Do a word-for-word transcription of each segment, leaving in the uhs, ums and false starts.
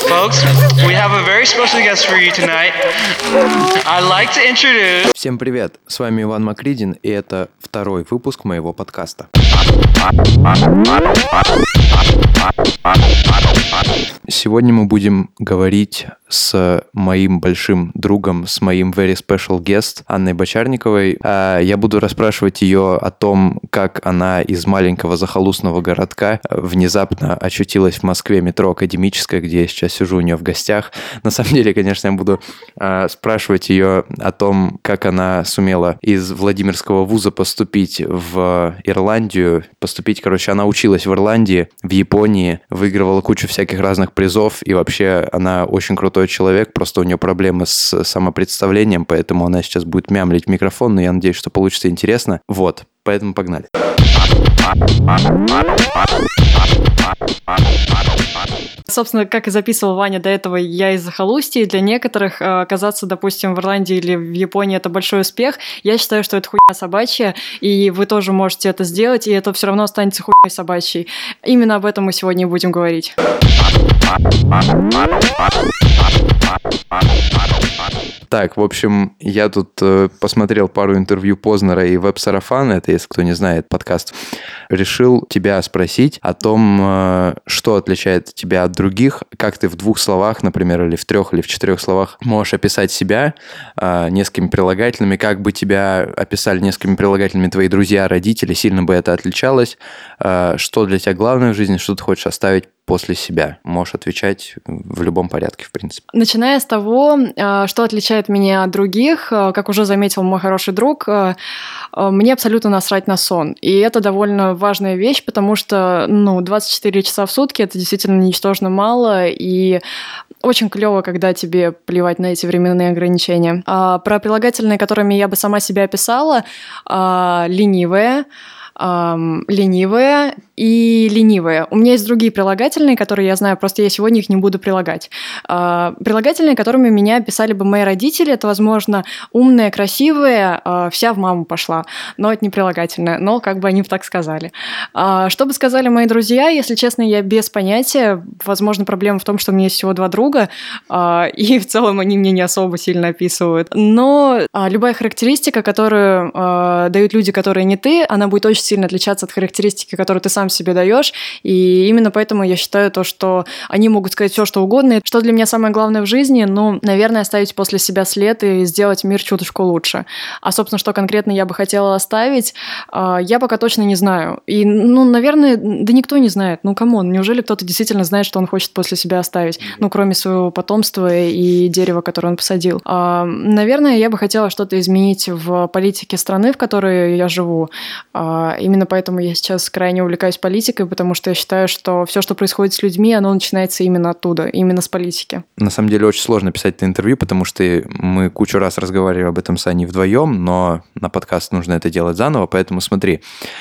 Folks, we have a very special guest for you tonight. I'd like to introduce... Всем привет, с вами Иван Макридин, и это второй выпуск моего подкаста. Сегодня мы будем говорить с моим большим другом, с моим very special guest Анной Бочарниковой. Я буду расспрашивать ее о том, как она из маленького захолустного городка внезапно очутилась в Москве, метро Академическое, где я сейчас сижу у нее в гостях. На самом деле, конечно, я буду спрашивать ее о том, как она сумела из Владимирского вуза поступить в Ирландию. Поступить, короче, она училась в Ирландии, в Японии, выигрывала кучу всяких разных призов, и вообще она очень крутой человек, просто у нее проблемы с самопредставлением, поэтому она сейчас будет мямлить в микрофон, но я надеюсь, что получится интересно. Вот, поэтому погнали. Собственно, как и записывал Ваня до этого, я из захолустья, и для некоторых оказаться, допустим, в Ирландии или в Японии — это большой успех. Я считаю, что это хуйня собачья, и вы тоже можете это сделать, и это все равно останется хуйней собачьей. Именно об этом мы сегодня и будем говорить. Так, в общем, я тут э, посмотрел пару интервью Познера и Веб-Сарафана, это, если кто не знает, подкаст. Решил тебя спросить о том, э, что отличает тебя от других, как ты в двух словах, например, или в трех, или в четырех словах можешь описать себя э, несколькими прилагательными, как бы тебя описали несколькими прилагательными твои друзья, родители, сильно бы это отличалось, э, что для тебя главное в жизни, что ты хочешь оставить после себя. Можешь отвечать в любом порядке, в принципе. Начиная с того, что отличает меня от других, как уже заметил мой хороший друг, мне абсолютно насрать на сон. И это довольно важная вещь, потому что ну, двадцать четыре часа в сутки — это действительно ничтожно мало, и очень клево, когда тебе плевать на эти временные ограничения. Про прилагательные, которыми я бы сама себя описала, ленивая, Um, ленивая и ленивая. У меня есть другие прилагательные, которые я знаю, просто я сегодня их не буду прилагать. Uh, прилагательные, которыми меня описали бы мои родители, это, возможно, умная, красивая, uh, вся в маму пошла. Но это не прилагательное, но как бы они так сказали. Uh, что бы сказали мои друзья, если честно, я без понятия. Возможно, проблема в том, что у меня есть всего два друга, uh, и в целом они меня не особо сильно описывают. Но uh, любая характеристика, которую uh, дают люди, которые не ты, она будет очень сильно отличаться от характеристики, которую ты сам себе даешь, и именно поэтому я считаю то, что они могут сказать все, что угодно. Что для меня самое главное в жизни, ну, наверное, оставить после себя след и сделать мир чуточку лучше. А, собственно, что конкретно я бы хотела оставить, я пока точно не знаю. И, ну, наверное, да никто не знает. Ну, камон, неужели кто-то действительно знает, что он хочет после себя оставить? Ну, кроме своего потомства и дерева, которое он посадил. Наверное, я бы хотела что-то изменить в политике страны, в которой я живу. Именно поэтому я сейчас крайне увлекаюсь политикой, потому что я считаю, что все, что происходит с людьми, оно начинается именно оттуда, именно с политики. На самом деле очень сложно писать это интервью, потому что мы кучу раз разговаривали об этом с Аней вдвоем, но на подкаст нужно это делать заново, поэтому смотри,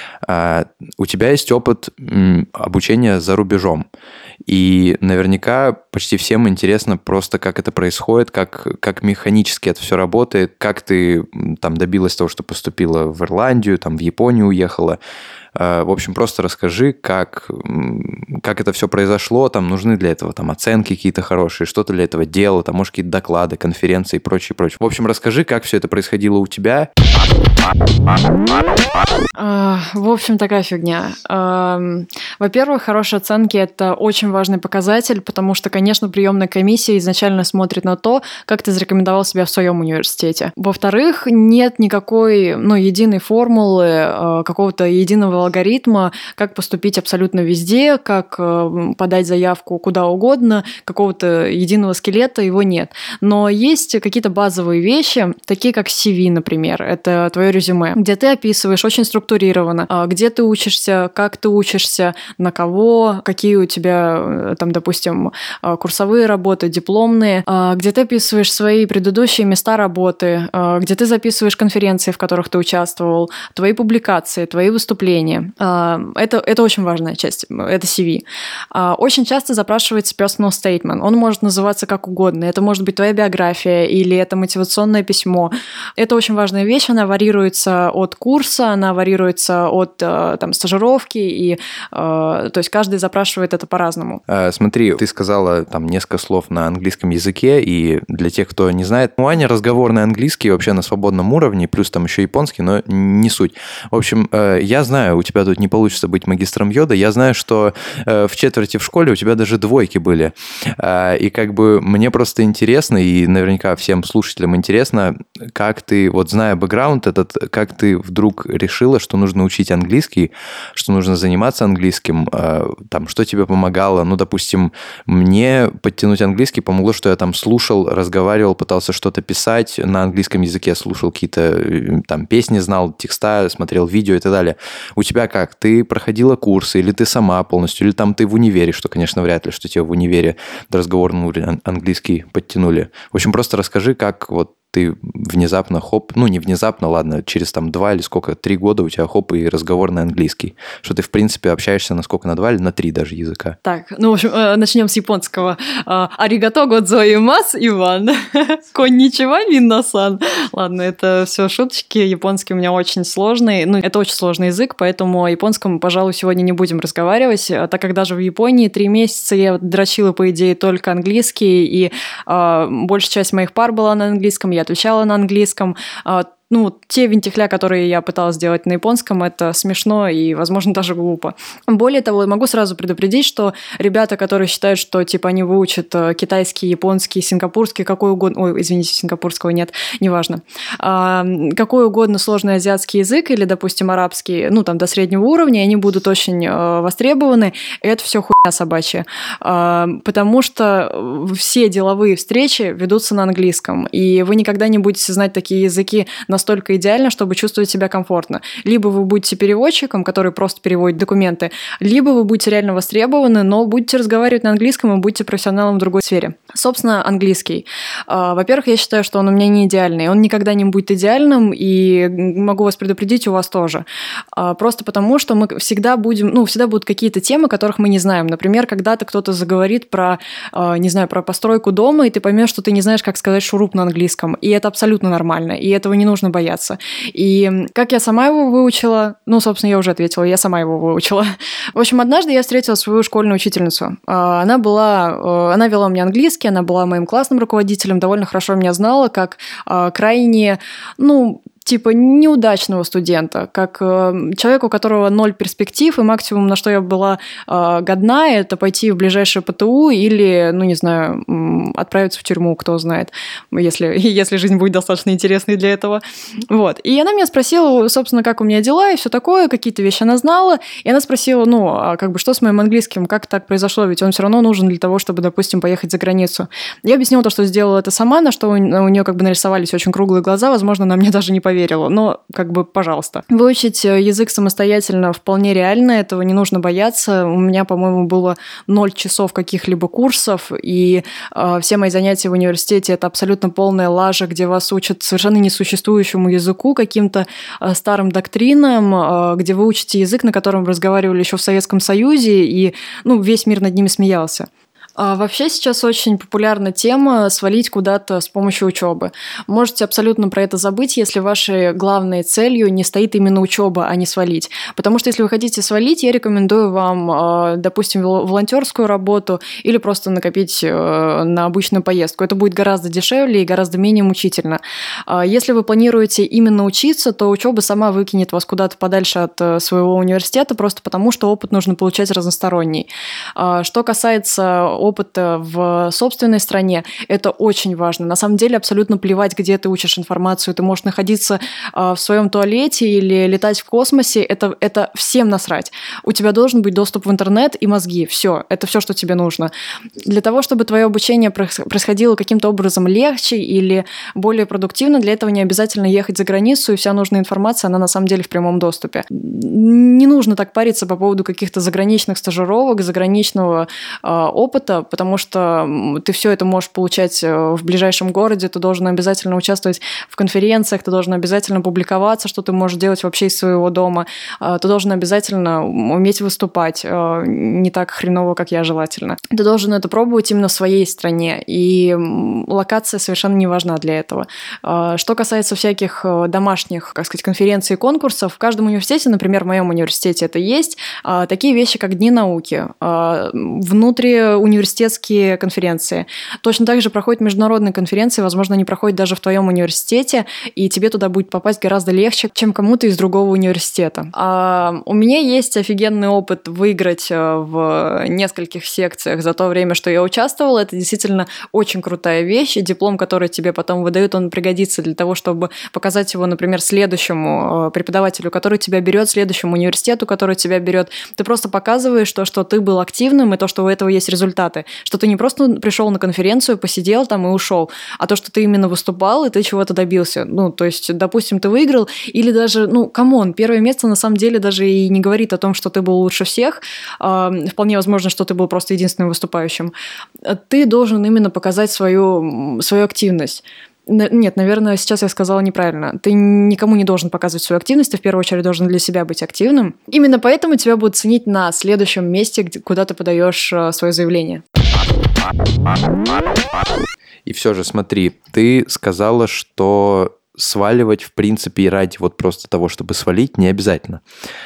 у тебя есть опыт обучения за рубежом, и наверняка почти всем интересно просто, как это происходит, как, как механически это все работает, как ты там добилась того, что поступила в Ирландию, там в Японию уехала. В общем, просто расскажи, как, как это все произошло, там нужны для этого там оценки какие-то хорошие, что ты для этого делала, там, может, какие-то доклады, конференции и прочее, прочее. В общем, расскажи, как все это происходило у тебя. В общем, такая фигня. Во-первых, хорошие оценки — это очень важный показатель, потому что, конечно, приемная комиссия изначально смотрит на то, как ты зарекомендовал себя в своем университете. Во-вторых, нет никакой, ну, единой формулы, какого-то единого алгоритма, как поступить абсолютно везде, как подать заявку куда угодно, какого-то единого скелета его нет. Но есть какие-то базовые вещи, такие как си ви, например, это твое резюме, где ты описываешь очень структурированно, где ты учишься, как ты учишься, на кого, какие у тебя, там, допустим, курсовые работы, дипломные, где ты описываешь свои предыдущие места работы, где ты записываешь конференции, в которых ты участвовал, твои публикации, твои выступления. Это, это очень важная часть, это си ви. Очень часто запрашивается personal statement. Он может называться как угодно. Это может быть твоя биография или это мотивационное письмо. Это очень важная вещь, она варьируется от курса, она варьируется варьируется от там, стажировки, и то есть каждый запрашивает это по-разному. А, смотри, ты сказала там несколько слов на английском языке, и для тех, кто не знает, у Ани разговорный английский вообще на свободном уровне, плюс там еще японский, но не суть. В общем, я знаю, у тебя тут не получится быть магистром йода, я знаю, что в четверти в школе у тебя даже двойки были. И как бы мне просто интересно, и наверняка всем слушателям интересно, как ты, вот зная бэкграунд этот, как ты вдруг решила, что нужно учить английский, что нужно заниматься английским, там, что тебе помогало? Ну, допустим, мне подтянуть английский помогло, что я там слушал, разговаривал, пытался что-то писать на английском языке, слушал какие-то там песни, знал текста, смотрел видео и так далее. У тебя как? Ты проходила курсы, или ты сама полностью, или там ты в универе, что, конечно, вряд ли, что тебе в универе до разговорного уровня английский подтянули. В общем, просто расскажи, как вот ты внезапно, хоп, ну не внезапно, ладно, через там два или сколько, три года у тебя хоп и разговорный английский, что ты, в принципе, общаешься на сколько, на два или на три даже языка. Так, ну, в общем, начнем с японского. Аригато годзоимасу, Иван. Конничева, Минна-сан. Ладно, это все шуточки. Японский у меня очень сложный. Ну, это очень сложный язык, поэтому о японском, пожалуй, сегодня не будем разговаривать, так как даже в Японии три месяца я дрочила, по идее, только английский, и э, большая часть моих пар была на английском, я отвечала на английском. Ну, те винтихля, которые я пыталась сделать на японском, это смешно и, возможно, даже глупо. Более того, могу сразу предупредить, что ребята, которые считают, что, типа, они выучат китайский, японский, сингапурский, какой угодно... Ой, извините, сингапурского нет, неважно. А, какой угодно сложный азиатский язык или, допустим, арабский, ну, там, до среднего уровня, они будут очень э, востребованы, и это все хуйня собачья. А, потому что все деловые встречи ведутся на английском, и вы никогда не будете знать такие языки настолько идеально, чтобы чувствовать себя комфортно. Либо вы будете переводчиком, который просто переводит документы, либо вы будете реально востребованы, но будете разговаривать на английском и будете профессионалом в другой сфере. Собственно, английский. Во-первых, я считаю, что он у меня не идеальный. Он никогда не будет идеальным, и могу вас предупредить, у вас тоже. Просто потому, что мы всегда будем, ну, всегда будут какие-то темы, которых мы не знаем. Например, когда-то кто-то заговорит про, не знаю, про постройку дома, и ты поймешь, что ты не знаешь, как сказать шуруп на английском. И это абсолютно нормально, и этого не нужно бояться. И как я сама его выучила, ну, собственно, я уже ответила, я сама его выучила. В общем, однажды я встретила свою школьную учительницу. Она была, она вела мне английский, она была моим классным руководителем, довольно хорошо меня знала, как крайне, ну, типа неудачного студента, как э, человек, у которого ноль перспектив, и максимум, на что я была э, годна, это пойти в ближайшее ПТУ или, ну, не знаю, отправиться в тюрьму, кто знает, если, если жизнь будет достаточно интересной для этого. Вот. И она меня спросила, собственно, как у меня дела и все такое, какие-то вещи она знала, и она спросила, ну, а как бы что с моим английским, как так произошло, ведь он все равно нужен для того, чтобы, допустим, поехать за границу. Я объяснила то, что сделала это сама, на что у, у нее как бы нарисовались очень круглые глаза, возможно, она мне даже не поверила. Верила, но как бы, пожалуйста. Выучить язык самостоятельно вполне реально, этого не нужно бояться. У меня, по-моему, было ноль часов каких-либо курсов, и э, все мои занятия в университете — это абсолютно полная лажа, где вас учат совершенно несуществующему языку, каким-то э, старым доктринам, э, где вы учите язык, на котором разговаривали еще в Советском Союзе, и ну, весь мир над ними смеялся. А вообще сейчас очень популярна тема свалить куда-то с помощью учебы. Можете абсолютно про это забыть, если вашей главной целью не стоит именно учеба, а не свалить. Потому что если вы хотите свалить, я рекомендую вам, допустим, волонтерскую работу или просто накопить на обычную поездку. Это будет гораздо дешевле и гораздо менее мучительно. Если вы планируете именно учиться, то учеба сама выкинет вас куда-то подальше от своего университета, просто потому что опыт нужно получать разносторонний. Что касается опыта в собственной стране, это очень важно. На самом деле абсолютно плевать, где ты учишь информацию. Ты можешь находиться в своем туалете или летать в космосе. Это, это всем насрать. У тебя должен быть доступ в интернет и мозги. Все. Это все, что тебе нужно. Для того, чтобы твое обучение происходило каким-то образом легче или более продуктивно, для этого не обязательно ехать за границу, и вся нужная информация, она на самом деле в прямом доступе. Не нужно так париться по поводу каких-то заграничных стажировок, заграничного э, опыта. опыта, потому что ты все это можешь получать в ближайшем городе, ты должен обязательно участвовать в конференциях, ты должен обязательно публиковаться, что ты можешь делать вообще из своего дома, ты должен обязательно уметь выступать, не так хреново, как я, желательно. Ты должен это пробовать именно в своей стране, и локация совершенно не важна для этого. Что касается всяких домашних, как сказать, конференций и конкурсов, в каждом университете, например, в моем университете это есть, такие вещи, как Дни науки, внутриуниверситетские конференции. Точно так же проходят международные конференции, возможно, они проходят даже в твоем университете, и тебе туда будет попасть гораздо легче, чем кому-то из другого университета. А у меня есть офигенный опыт выиграть в нескольких секциях за то время, что я участвовала. Это действительно очень крутая вещь, и диплом, который тебе потом выдают, он пригодится для того, чтобы показать его, например, следующему преподавателю, который тебя берет, следующему университету, который тебя берет. Ты просто показываешь то, что ты был активным, и то, что у этого есть результаты. Что ты не просто пришел на конференцию, посидел там и ушел, а то, что ты именно выступал, и ты чего-то добился. Ну, то есть, допустим, ты выиграл, или даже, ну, камон, первое место на самом деле даже и не говорит о том, что ты был лучше всех. Вполне возможно, что ты был просто единственным выступающим. Ты должен именно показать свою, свою активность. Нет, наверное, сейчас я сказала неправильно. Ты никому не должен показывать свою активность, ты в первую очередь должен для себя быть активным. Именно поэтому тебя будут ценить на следующем месте, где, куда ты подаешь свое заявление. И все же, смотри, ты сказала, что сваливать, в принципе, и ради вот просто того, чтобы свалить, не обязательно.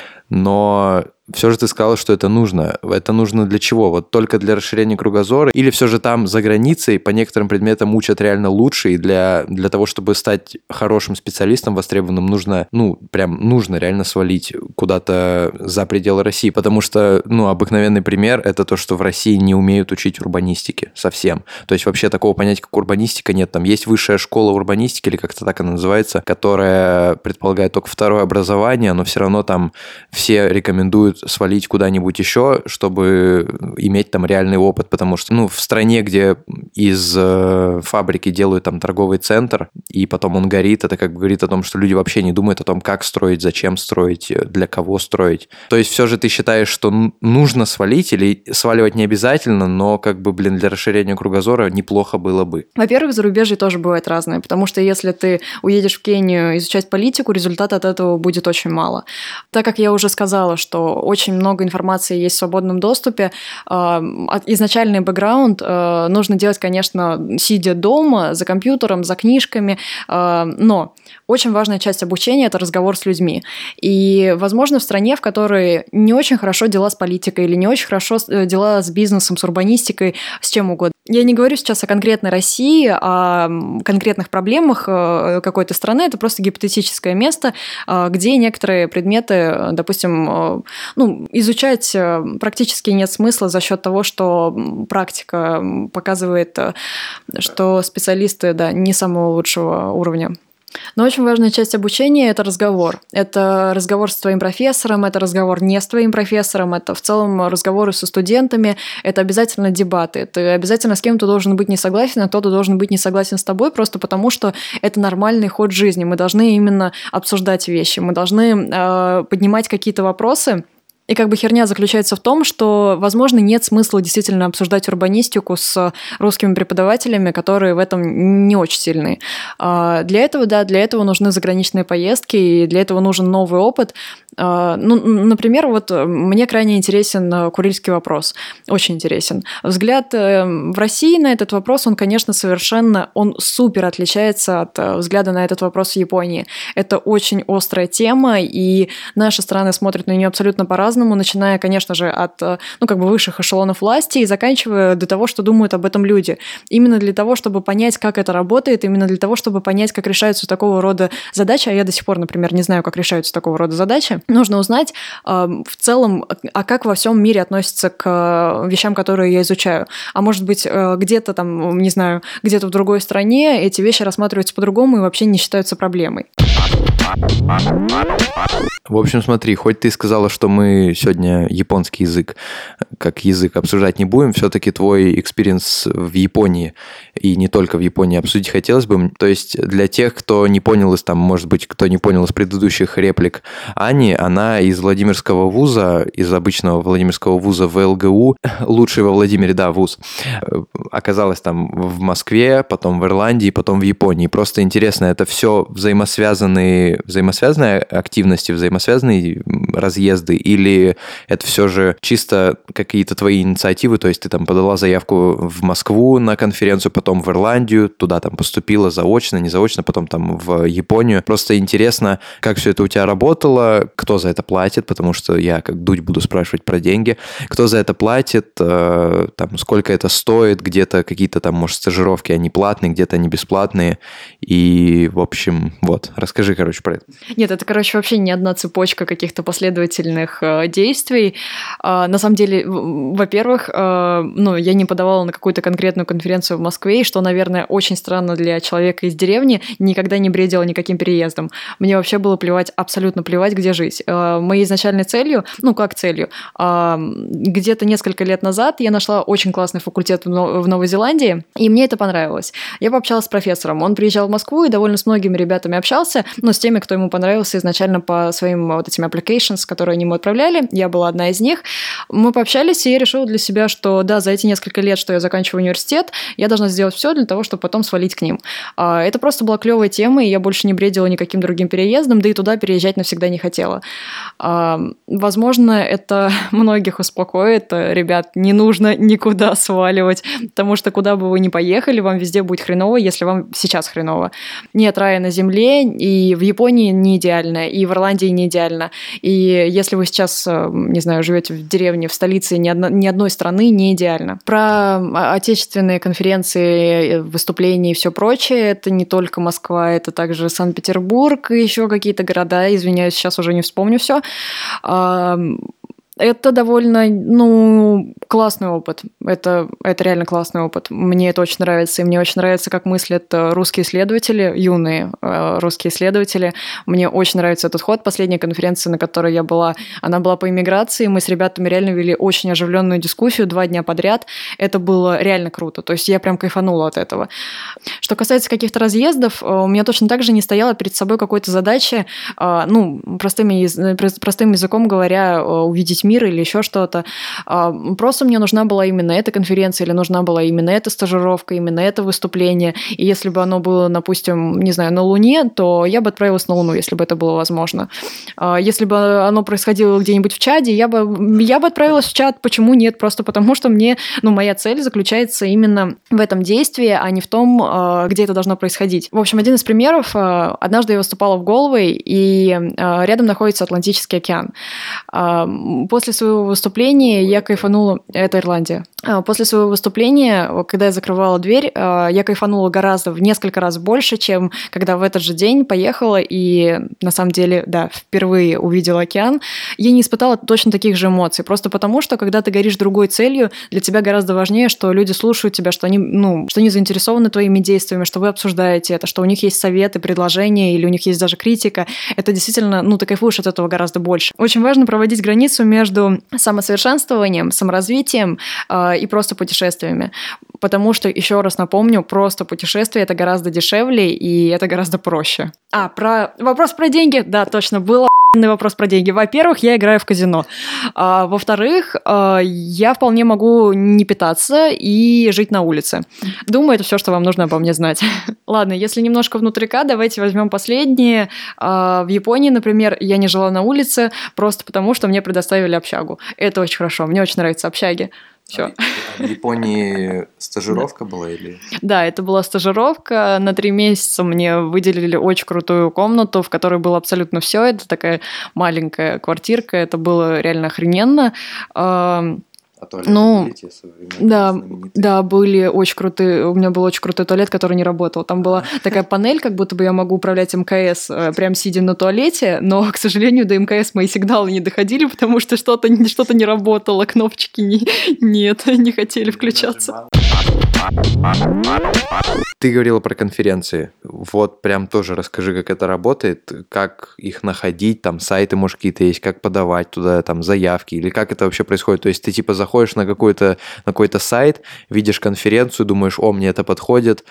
Но все же ты сказала, что это нужно. Это нужно для чего? Вот только для расширения кругозора? Или все же там за границей по некоторым предметам учат реально лучше, и для, для того, чтобы стать хорошим специалистом, востребованным, нужно, ну, прям нужно реально свалить куда-то за пределы России? Потому что, ну, обыкновенный пример – это то, что в России не умеют учить урбанистике совсем. То есть вообще такого понятия, как урбанистика, нет. Там есть высшая школа урбанистики, или как-то так она называется, которая предполагает только второе образование, но все равно там все рекомендуют свалить куда-нибудь еще, чтобы иметь там реальный опыт, потому что, ну, в стране, где из э, фабрики делают там торговый центр, и потом он горит, это как бы говорит о том, что люди вообще не думают о том, как строить, зачем строить, для кого строить. То есть все же ты считаешь, что нужно свалить или сваливать не обязательно, но как бы, блин, для расширения кругозора неплохо было бы? Во-первых, зарубежье тоже бывает разное, потому что если ты уедешь в Кению изучать политику, результата от этого будет очень мало. Так как я уже сказала, что очень много информации есть в свободном доступе. Изначальный бэкграунд нужно делать, конечно, сидя дома, за компьютером, за книжками, но очень важная часть обучения – это разговор с людьми. И, возможно, в стране, в которой не очень хорошо дела с политикой или не очень хорошо дела с бизнесом, с урбанистикой, с чем угодно. Я не говорю сейчас о конкретной России, о конкретных проблемах какой-то страны. Это просто гипотетическое место, где некоторые предметы, допустим, ну, изучать практически нет смысла за счет того, что практика показывает, что специалисты, да, не самого лучшего уровня. Но очень важная часть обучения – это разговор. Это разговор с твоим профессором, это разговор не с твоим профессором, это в целом разговоры со студентами, это обязательно дебаты. Ты обязательно с кем-то должен быть не согласен, а кто-то должен быть не согласен с тобой, просто потому что это нормальный ход жизни. Мы должны именно обсуждать вещи, мы должны э, поднимать какие-то вопросы. И как бы херня заключается в том, что, возможно, нет смысла действительно обсуждать урбанистику с русскими преподавателями, которые в этом не очень сильны. Для этого, да, для этого нужны заграничные поездки, и для этого нужен новый опыт. Ну, например, вот мне крайне интересен Курильский вопрос. Очень интересен. Взгляд в России на этот вопрос, он, конечно, совершенно, он супер отличается от взгляда на этот вопрос в Японии. Это очень острая тема, и наши страны смотрят на нее абсолютно по-разному, начиная, конечно же, от, ну, как бы высших эшелонов власти и заканчивая до того, что думают об этом люди. Именно для того, чтобы понять, как это работает, именно для того, чтобы понять, как решаются такого рода задачи, а я до сих пор, например, не знаю, как решаются такого рода задачи, нужно узнать э, в целом, а как во всем мире относятся к вещам, которые я изучаю. А может быть, э, где-то там, не знаю, где-то в другой стране эти вещи рассматриваются по-другому и вообще не считаются проблемой. В общем, смотри, хоть ты сказала, что мы сегодня японский язык как язык обсуждать не будем, все-таки твой экспириенс в Японии, и не только в Японии, обсудить хотелось бы. То есть для тех, кто не понял из, там, может быть, кто не понял из предыдущих реплик Ани, она из Владимирского вуза, из обычного Владимирского вуза в ЛГУ, лучший во Владимире, да, вуз, оказалась там в Москве, потом в Ирландии, потом в Японии. Просто интересно, это все взаимосвязанные, взаимосвязанные активности, взаимосвязанные разъезды, или это все же чисто какие-то твои инициативы, то есть ты там подала заявку в Москву на конференцию, потом в Ирландию, туда там поступила заочно, не заочно, потом там в Японию. Просто интересно, как все это у тебя работало, кто за это платит, потому что я как Дудь буду спрашивать про деньги, кто за это платит, э, там, сколько это стоит, где-то какие-то там, может, стажировки, они платные, где-то они бесплатные, и, в общем, вот, расскажи, короче, про это. Нет, это, короче, вообще не одна цепочка каких-то последовательных э, действий. Э, на самом деле, в- во-первых, э, ну, я не подавала на какую-то конкретную конференцию в Москве, и что, наверное, очень странно для человека из деревни, никогда не бредила никаким переездом. Мне вообще было плевать, абсолютно плевать, где жить. Э, моей изначальной целью, ну, как целью, э, где-то несколько лет назад я нашла очень классный факультет в, Но- в Новой Зеландии, и мне это понравилось. Я пообщалась с профессором, он приезжал в Москву и довольно с многими ребятами общался, ну, с теми, кто ему понравился изначально по своим вот этим applications, которые они ему отправляли, я была одна из них. Мы пообщались, и я решила для себя, что да, за эти несколько лет, что я заканчиваю университет, я должна сделать все для того, чтобы потом свалить к ним. А, Это просто была клевая тема, и я больше не бредила никаким другим переездом, да и туда переезжать навсегда не хотела. А, Возможно, это многих успокоит. Ребят, не нужно никуда сваливать, потому что куда бы вы ни поехали, вам везде будет хреново, если вам сейчас хреново. Нет рая на земле, и в Японии не идеально, и в Ирландии не идеально. И если вы сейчас, э, не знаю, живете в деревне, в столице ни, одно- ни одной страны, не идеально. Про а, отечественные конференции, э, выступления и все прочее, это не только Москва, это также Санкт-Петербург и еще какие-то города, извиняюсь, сейчас уже не вспомню все. Это довольно, ну, классный опыт. Это, это реально классный опыт. Мне это очень нравится. И мне очень нравится, как мыслят э, русские исследователи, юные э, русские исследователи. Мне очень нравится этот ход. Последняя конференция, на которой я была, она была по иммиграции. Мы с ребятами реально вели очень оживленную дискуссию два дня подряд. Это было реально круто. То есть я прям кайфанула от этого. Что касается каких-то разъездов, э, у меня точно так же не стояла перед собой какой-то задачи, э, ну, простыми, яз- простым языком говоря, э, увидеть мир или еще что-то. А, Просто мне нужна была именно эта конференция, или нужна была именно эта стажировка, именно это выступление. И если бы оно было, допустим, не знаю, на Луне, то я бы отправилась на Луну, если бы это было возможно. А Если бы оно происходило где-нибудь в Чаде, я бы, я бы отправилась в Чад. Почему нет? Просто потому, что мне, ну, моя цель заключается именно в этом действии, а не в том, а, где это должно происходить. В общем, один из примеров. а, Однажды я выступала в Голуэй, и а, рядом находится Атлантический океан. А, После своего выступления я кайфанула... Это Ирландия. А, После своего выступления, когда я закрывала дверь, а, я кайфанула гораздо, в несколько раз больше, чем когда в этот же день поехала и, на самом деле, да, впервые увидела океан. Я не испытала точно таких же эмоций, просто потому что, когда ты горишь другой целью, для тебя гораздо важнее, что люди слушают тебя, что они, ну, что они заинтересованы твоими действиями, что вы обсуждаете это, что у них есть советы, предложения, или у них есть даже критика. Это действительно, ну, ты кайфуешь от этого гораздо больше. Очень важно проводить границу между самосовершенствованием, саморазвитием э, и просто путешествиями. Потому что, еще раз напомню, просто путешествие – это гораздо дешевле, и это гораздо проще. А, про вопрос про деньги? Да, точно, был охуенный вопрос про деньги. Во-первых, я играю в казино. А, во-вторых, а, я вполне могу не питаться и жить на улице. Думаю, это все, что вам нужно обо мне знать. Ладно, если немножко внутрика, давайте возьмем последнее. А, в Японии, например, я не жила на улице просто потому, что мне предоставили общагу. Это очень хорошо. Мне очень нравятся общаги. Все. В Японии стажировка была или... Да, это была стажировка. На три месяца мне выделили очень крутую комнату, в которой было абсолютно все. Это такая маленькая квартирка. Это было реально охрененно. Ам, А туалеты Ну, были те современные, Да, знаменитые? да, были очень крутые. У меня был очень крутой туалет, который не работал. Там была такая панель, как будто бы я могу управлять МКС, э, прям сидя на туалете, но, к сожалению, до МКС мои сигналы не доходили, потому что что-то что-то не работало, кнопочки не, нет, не хотели включаться. Нажимал. Ты говорила про конференции. Вот прям тоже расскажи, как это работает, как их находить, там сайты, может, какие-то есть, как подавать туда там заявки, или как это вообще происходит. То есть ты типа заходишь на какой-то, на какой-то сайт, видишь конференцию, думаешь, о, мне это подходит,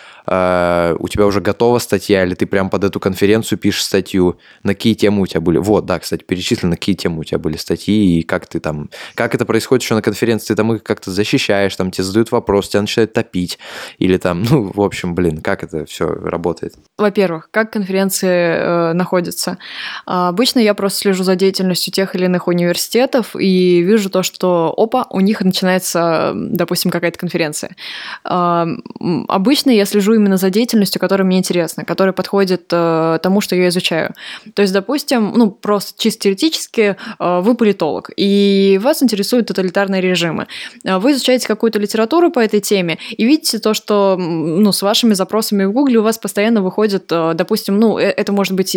э, у тебя уже готова статья, или ты прям под эту конференцию пишешь статью, на какие темы у тебя были. Вот, да, кстати, перечислено, на какие темы у тебя были статьи, и как ты там, как это происходит еще на конференции, ты там их как-то защищаешь, там тебе задают вопрос, тебя начинают топить, или там, ну, в общем, блин, как это все работает? Во-первых, как конференции э, находятся? А, обычно я просто слежу за деятельностью тех или иных университетов и вижу то, что, опа, у них начинается, допустим, какая-то конференция. А, обычно я слежу именно за деятельностью, которая мне интересна, которая подходит э, тому, что я изучаю. То есть, допустим, ну, просто чисто теоретически э, вы политолог, и вас интересуют тоталитарные режимы. Вы изучаете какую-то литературу по этой теме и видите то, что, ну, с вашими запросами в Гугле у вас постоянно выходит, допустим, ну, это может быть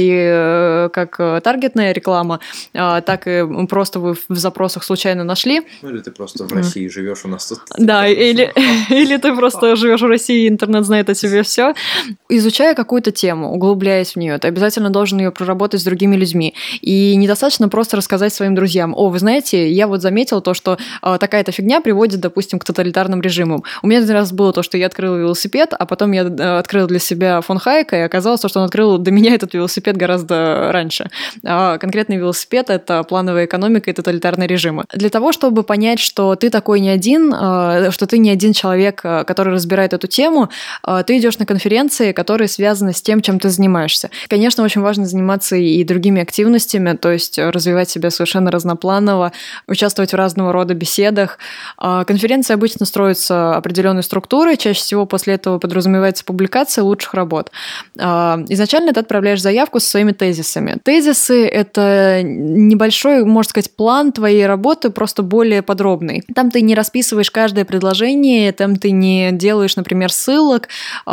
и как таргетная реклама, так и просто вы в запросах случайно нашли. Ну, или ты просто в России живешь, у нас тут... Да, или, или ты просто живешь в России, интернет знает о тебе все. Изучая какую-то тему, углубляясь в нее, ты обязательно должен ее проработать с другими людьми. И недостаточно просто рассказать своим друзьям: о, вы знаете, я вот заметил то, что такая-то фигня приводит, допустим, к тоталитарным режимам. У меня один раз было то, что я открыла велосипед, а потом я открыла для себя фон Хайека, и оказалось, что он открыл до меня этот велосипед гораздо раньше. А конкретный велосипед — это плановая экономика и тоталитарные режимы. Для того, чтобы понять, что ты такой не один, что ты не один человек, который разбирает эту тему, ты идешь на конференции, которые связаны с тем, чем ты занимаешься. Конечно, очень важно заниматься и другими активностями, то есть развивать себя совершенно разнопланово, участвовать в разного рода беседах. Конференции обычно строятся определенной структурой, чаще всего после этого подразумевается публикация лучших работ. Изначально ты отправляешь заявку со своими тезисами. Тезисы — это небольшой, можно сказать, план твоей работы, просто более подробный. Там ты не расписываешь каждое предложение, там ты не делаешь, например, ссылок,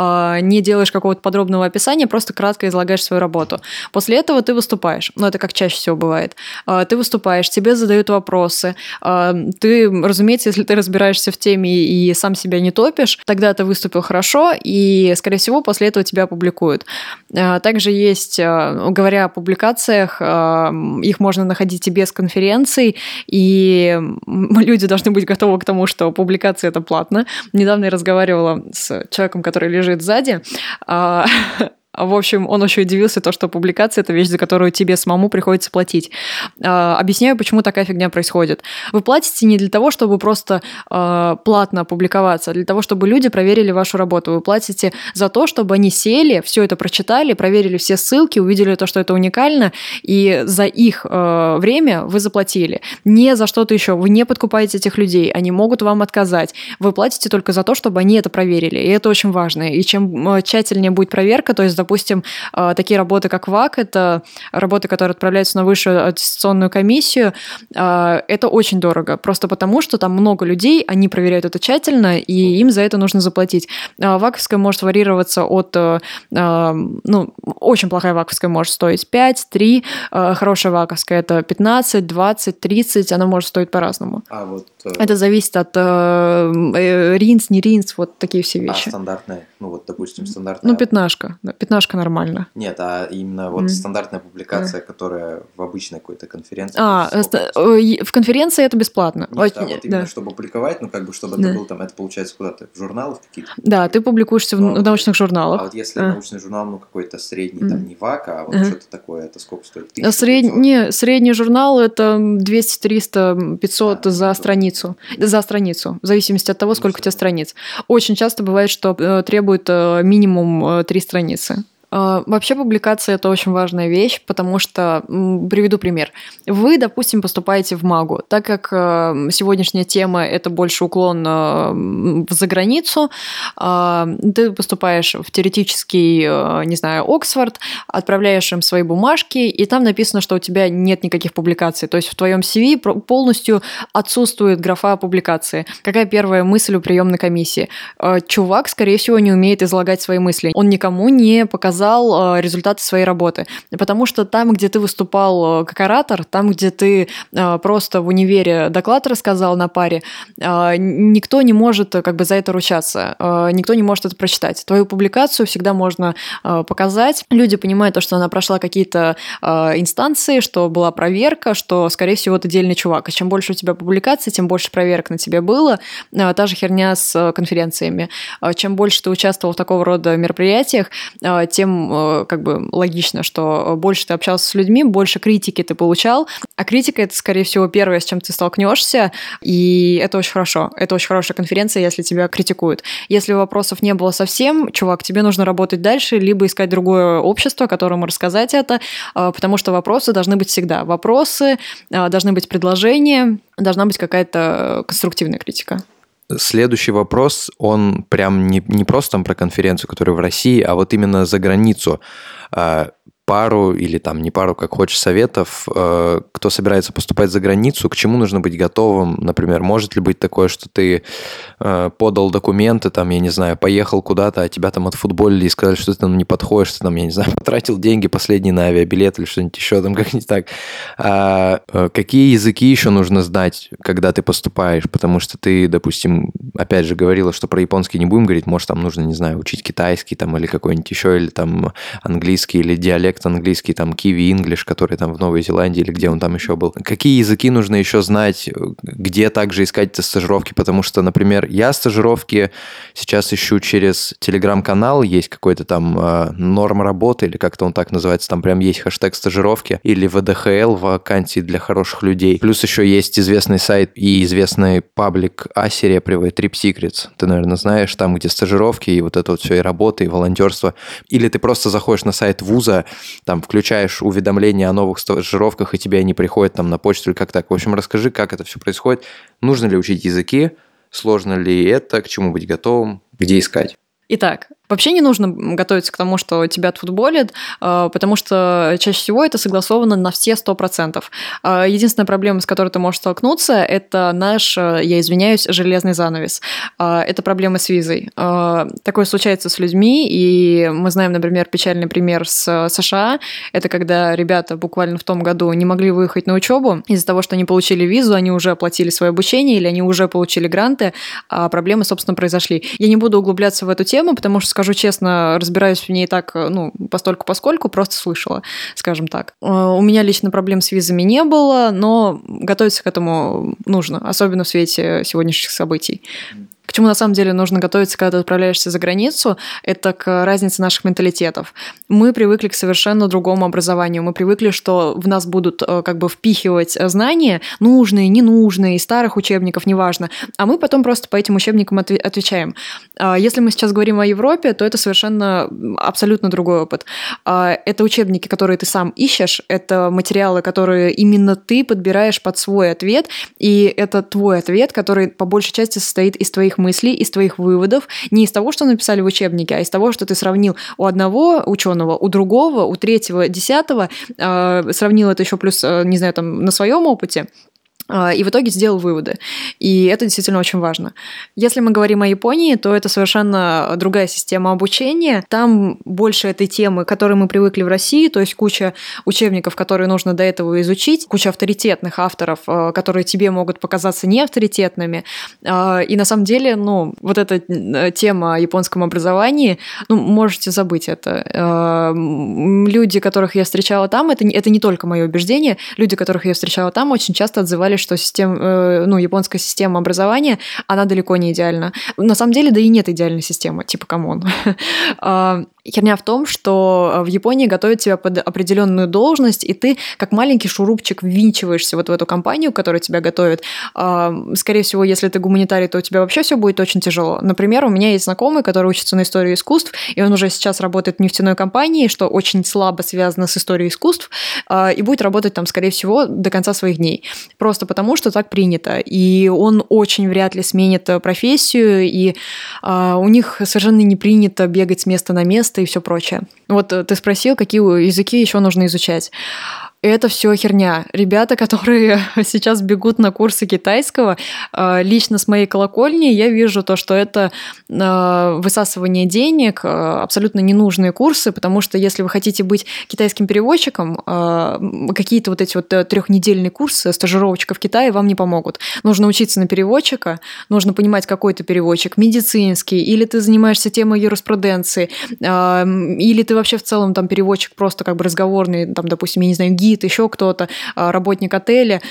не делаешь какого-то подробного описания, просто кратко излагаешь свою работу. После этого ты выступаешь. Ну, это как чаще всего бывает. Ты выступаешь, тебе задают вопросы. Ты, разумеется, если ты разбираешься в теме и сам себя не топишь, тогда ты выступил хорошо, и, скорее всего, после этого тебя опубликуют. Также есть, говоря о публикациях, их можно находить и без конференций, и люди должны быть готовы к тому, что публикация — это платно. Недавно я разговаривала с человеком, который лежит сзади. В общем, он очень удивился, то, что публикация — это вещь, за которую тебе самому приходится платить. Объясняю, почему такая фигня происходит. Вы платите не для того, чтобы просто платно публиковаться, а для того, чтобы люди проверили вашу работу. Вы платите за то, чтобы они сели, все это прочитали, проверили все ссылки, увидели то, что это уникально, и за их время вы заплатили. Не за что-то еще. Вы не подкупаете этих людей, они могут вам отказать. Вы платите только за то, чтобы они это проверили, и это очень важно. И чем тщательнее будет проверка, то есть, допустим, такие работы, как ВАК, это работы, которые отправляются на высшую аттестационную комиссию, это очень дорого, просто потому, что там много людей, они проверяют это тщательно, и им за это нужно заплатить. ВАКовская может варьироваться от, ну, очень плохая ВАКовская может стоить пять, три, хорошая ВАКовская — это пятнадцать, двадцать, тридцать, она может стоить по-разному. А вот... Это зависит от э, ринс, не ринс, вот такие все вещи. А стандартная, ну вот, допустим, стандартная... Ну, пятнашка, пятнашка нормально. Нет, а именно вот mm. стандартная публикация, mm. которая в обычной какой-то конференции. А, в конференции это бесплатно. Нет, а вот именно да. чтобы публиковать, ну как бы чтобы да. это был там, это получается куда-то в журналах какие-то? Да, ты публикуешься в ну, научных журналах. А вот если а. научный журнал, ну какой-то средний, mm. там не ВАК, а вот mm. что-то такое, это сколько стоит? Сред... Не, средний журнал это двести, триста, пятьсот а, за страницу. За страницу, в зависимости от того, сколько у тебя страниц. Очень часто бывает, что требует минимум три страницы. Вообще публикация — это очень важная вещь, потому что, приведу пример. Вы, допустим, поступаете в МАГУ. Так как сегодняшняя тема — это больше уклон за границу, ты поступаешь в теоретический, не знаю, Оксфорд, отправляешь им свои бумажки, и там написано, что у тебя нет никаких публикаций. То есть в твоем си ви полностью отсутствует графа публикации. Какая первая мысль у приемной комиссии? Чувак, скорее всего, не умеет излагать свои мысли. Он никому не показал показал э, результаты своей работы. Потому что там, где ты выступал э, как оратор, там, где ты э, просто в универе доклад рассказал на паре, э, никто не может э, как бы за это ручаться, э, никто не может это прочитать. Твою публикацию всегда можно э, показать. Люди понимают то, что она прошла какие-то э, инстанции, что была проверка, что, скорее всего, ты дельный чувак. И чем больше у тебя публикаций, тем больше проверок на тебе было. Э, та же херня с э, конференциями. Э, чем больше ты участвовал в такого рода мероприятиях, э, тем э, как бы логично, что больше ты общался с людьми, больше критики ты получал. А критика — это, скорее всего, первое, с чем ты столкнешься, и это очень хорошо. Это очень хорошая конференция, если тебя критикуют. Если вопросов не было совсем, чувак, тебе нужно работать дальше, либо искать другое общество, которому рассказать это, потому что вопросы должны быть всегда. Вопросы, должны быть предложения, должна быть какая-то конструктивная критика. Следующий вопрос, он прям не, не просто там про конференцию, которая в России, а вот именно за границу. Пару или там не пару, как хочешь, советов, э, кто собирается поступать за границу, к чему нужно быть готовым, например, может ли быть такое, что ты э, подал документы, там, я не знаю, поехал куда-то, а тебя там отфутболили и сказали, что ты там не подходишь, ты там, я не знаю, потратил деньги последние на авиабилет или что-нибудь еще, там как-нибудь так. А, э, какие языки еще нужно знать, когда ты поступаешь, потому что ты, допустим, опять же говорила, что про японский не будем говорить, может, там нужно, не знаю, учить китайский там или какой-нибудь еще, или там английский, или диалект английский, там, Kiwi English, который там в Новой Зеландии или где он там еще был. Какие языки нужно еще знать, где также искать эти стажировки, потому что, например, я стажировки сейчас ищу через телеграм-канал, есть какой-то там э, норм работы, или как-то он так называется, там прям есть хэштег стажировки, или вэ дэ ха эл, вакансии для хороших людей. Плюс еще есть известный сайт и известный паблик Асерепривой, Trip Secrets, ты, наверное, знаешь, там, где стажировки, и вот это вот все, и работа, и волонтерство. Или ты просто заходишь на сайт вуза, там включаешь уведомления о новых стажировках, и тебе они приходят там на почту или как так. В общем, расскажи, как это все происходит. Нужно ли учить языки? Сложно ли это? К чему быть готовым? Где искать? Итак, вообще не нужно готовиться к тому, что тебя отфутболят, потому что чаще всего это согласовано на все сто процентов. Единственная проблема, с которой ты можешь столкнуться, это наш, я извиняюсь, железный занавес. Это проблемы с визой. Такое случается с людьми, и мы знаем, например, печальный пример с США. Это когда ребята буквально в том году не могли выехать на учебу из-за того, что они получили визу, они уже оплатили свое обучение или они уже получили гранты, а проблемы, собственно, произошли. Я не буду углубляться в эту тему, потому что, скажу честно, разбираюсь в ней так, ну, постольку-поскольку, просто слышала, скажем так. У меня лично проблем с визами не было, но готовиться к этому нужно, особенно в свете сегодняшних событий. К чему на самом деле нужно готовиться, когда ты отправляешься за границу, это к разнице наших менталитетов. Мы привыкли к совершенно другому образованию. Мы привыкли, что в нас будут как бы впихивать знания, нужные, ненужные, из старых учебников, неважно. А мы потом просто по этим учебникам отвечаем. Если мы сейчас говорим о Европе, то это совершенно абсолютно другой опыт. Это учебники, которые ты сам ищешь, это материалы, которые именно ты подбираешь под свой ответ, и это твой ответ, который по большей части состоит из твоих мыслей, из твоих выводов, не из того, что написали в учебнике, а из того, что ты сравнил у одного ученого, у другого, у третьего, десятого, э, сравнил это еще плюс, э, не знаю, там, на своем опыте, и в итоге сделал выводы. И это действительно очень важно. Если мы говорим о Японии, то это совершенно другая система обучения. Там больше этой темы, к которой мы привыкли в России, то есть куча учебников, которые нужно до этого изучить, куча авторитетных авторов, которые тебе могут показаться неавторитетными. И на самом деле, ну, вот эта тема о японском образовании, ну, можете забыть это. Люди, которых я встречала там, это не, это не только мое убеждение, люди, которых я встречала там, очень часто отзывались, что система, ну, японская система образования, она далеко не идеальна. На самом деле, да и нет идеальной системы, типа, камон. Херня в том, что в Японии готовят тебя под определенную должность, и ты, как маленький шурупчик, ввинчиваешься вот в эту компанию, которая тебя готовит. Скорее всего, если ты гуманитарий, то у тебя вообще все будет очень тяжело. Например, у меня есть знакомый, который учится на истории искусств, и он уже сейчас работает в нефтяной компании, что очень слабо связано с историей искусств, и будет работать там, скорее всего, до конца своих дней. Просто потому, что так принято. И он очень вряд ли сменит профессию, и у них совершенно не принято бегать с места на место и все прочее. Вот ты спросил, какие языки еще нужно изучать. Это все херня. Ребята, которые сейчас бегут на курсы китайского, лично с моей колокольни я вижу то, что это высасывание денег, абсолютно ненужные курсы, потому что если вы хотите быть китайским переводчиком, какие-то вот эти вот трехнедельные курсы, стажировочка в Китае вам не помогут. Нужно учиться на переводчика, нужно понимать, какой ты переводчик, медицинский, или ты занимаешься темой юриспруденции, или ты вообще в целом там переводчик просто как бы разговорный, там, допустим, я не знаю, гид, еще кто-то, работник отеля.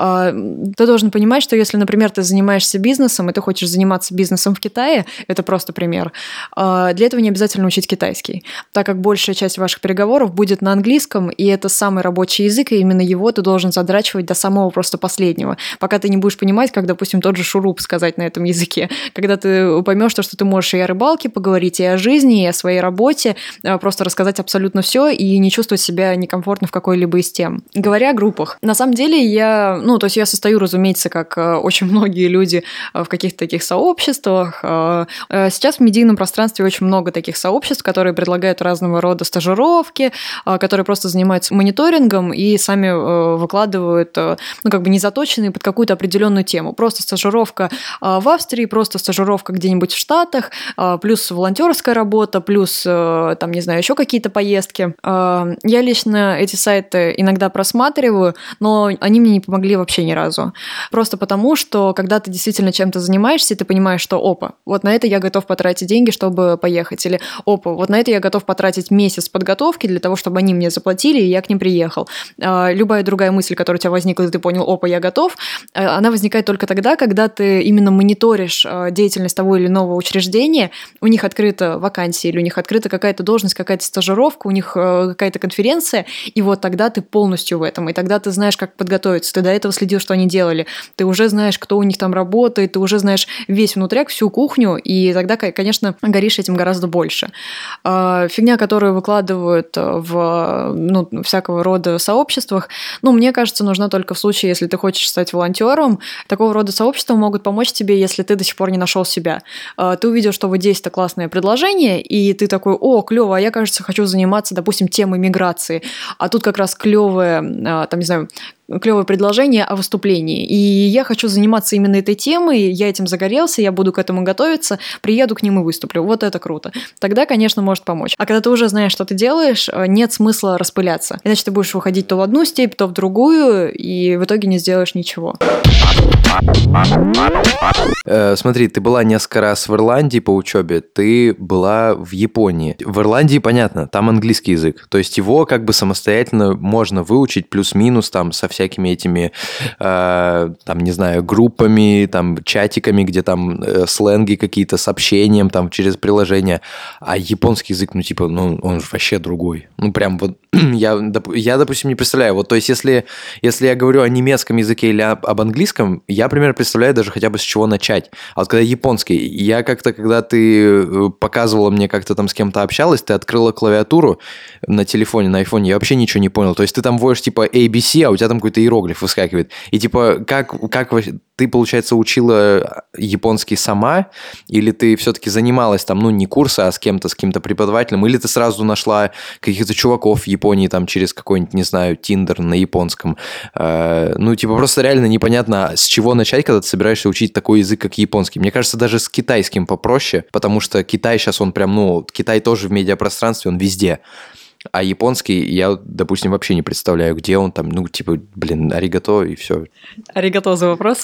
Ты должен понимать, что если, например, ты занимаешься бизнесом, и ты хочешь заниматься бизнесом в Китае, это просто пример, для этого не обязательно учить китайский, так как большая часть ваших переговоров будет на английском, и это самый рабочий язык, и именно его ты должен задрачивать до самого просто последнего, пока ты не будешь понимать, как, допустим, тот же шуруп сказать на этом языке. Когда ты поймешь то, что ты можешь и о рыбалке поговорить, и о жизни, и о своей работе, просто рассказать абсолютно все и не чувствовать себя некомфортно в какой-либо из тем. Говоря о группах, на самом деле я, ну, то есть я состою, разумеется, как очень многие люди в каких-то таких сообществах. Сейчас в медийном пространстве очень много таких сообществ, которые предлагают разного рода стажировки, которые просто занимаются мониторингом и сами выкладывают, ну, как бы не заточенные под какую-то определенную тему. Просто стажировка в Австрии, просто стажировка где-нибудь в Штатах, плюс волонтерская работа, плюс, там, не знаю, еще какие-то поездки. Я лично эти сайты иногда просматриваю, но они мне не помогли вообще ни разу. Просто потому, что когда ты действительно чем-то занимаешься, ты понимаешь, что опа, вот на это я готов потратить деньги, чтобы поехать, или опа, вот на это я готов потратить месяц подготовки для того, чтобы они мне заплатили, и я к ним приехал. Любая другая мысль, которая у тебя возникла, и ты понял, опа, я готов, она возникает только тогда, когда ты именно мониторишь деятельность того или иного учреждения, у них открыта вакансия, или у них открыта какая-то должность, какая-то стажировка, у них какая-то конференция, и вот тогда ты полностью в этом, и тогда ты знаешь, как подготовиться, ты до этого следил, что они делали, ты уже знаешь, кто у них там работает, ты уже знаешь весь внутряк, всю кухню, и тогда, конечно, горишь этим гораздо больше. Фигня, которую выкладывают в, ну, всякого рода сообществах, ну, мне кажется, нужна только в случае, если ты хочешь стать волонтером. Такого рода сообщества могут помочь тебе, если ты до сих пор не нашел себя. Ты увидел, что вот здесь-то классное предложение, и ты такой, о, клево, а я, кажется, хочу заниматься, допустим, темой миграции, а тут как раз клевое, там, не знаю, клевое предложение о выступлении. И я хочу заниматься именно этой темой, я этим загорелся, я буду к этому готовиться, приеду к ним и выступлю. Вот это круто. Тогда, конечно, может помочь. А когда ты уже знаешь, что ты делаешь, нет смысла распыляться. Иначе ты будешь выходить то в одну степь, то в другую, и в итоге не сделаешь ничего. Э, смотри, ты была несколько раз в Ирландии по учебе, ты была в Японии. В Ирландии, понятно, там английский язык, то есть его как бы самостоятельно можно выучить плюс-минус там со всякими этими, э, там, не знаю, группами, там, чатиками, где там э, сленги какие-то, с общением там через приложение. А японский язык, ну, типа, ну, он же вообще другой. Ну, прям вот я, я, допустим, не представляю. Вот, то есть, если, если я говорю о немецком языке или об, об английском, я примерно представляю даже хотя бы с чего начать. А вот когда японский, я как-то, когда ты показывала мне, как ты там с кем-то общалась, ты открыла клавиатуру на телефоне, на айфоне, я вообще ничего не понял. То есть ты там вводишь типа A B C, а у тебя там какой-то иероглиф выскакивает. И типа, как, как ты, получается, учила японский сама, или ты все-таки занималась там, ну, не курсы, а с кем-то, с каким-то преподавателем, или ты сразу нашла каких-то чуваков в Японии там через какой-нибудь, не знаю, Тиндер на японском. Э, ну, типа, просто реально непонятно, с чего начать, когда ты собираешься учить такой язык, как японский. Мне кажется, даже с китайским попроще, потому что Китай сейчас, он прям, ну, Китай тоже в медиапространстве, он везде. А японский я, допустим, вообще не представляю, где он там, ну, типа, блин, аригато и все. Аригато за вопрос.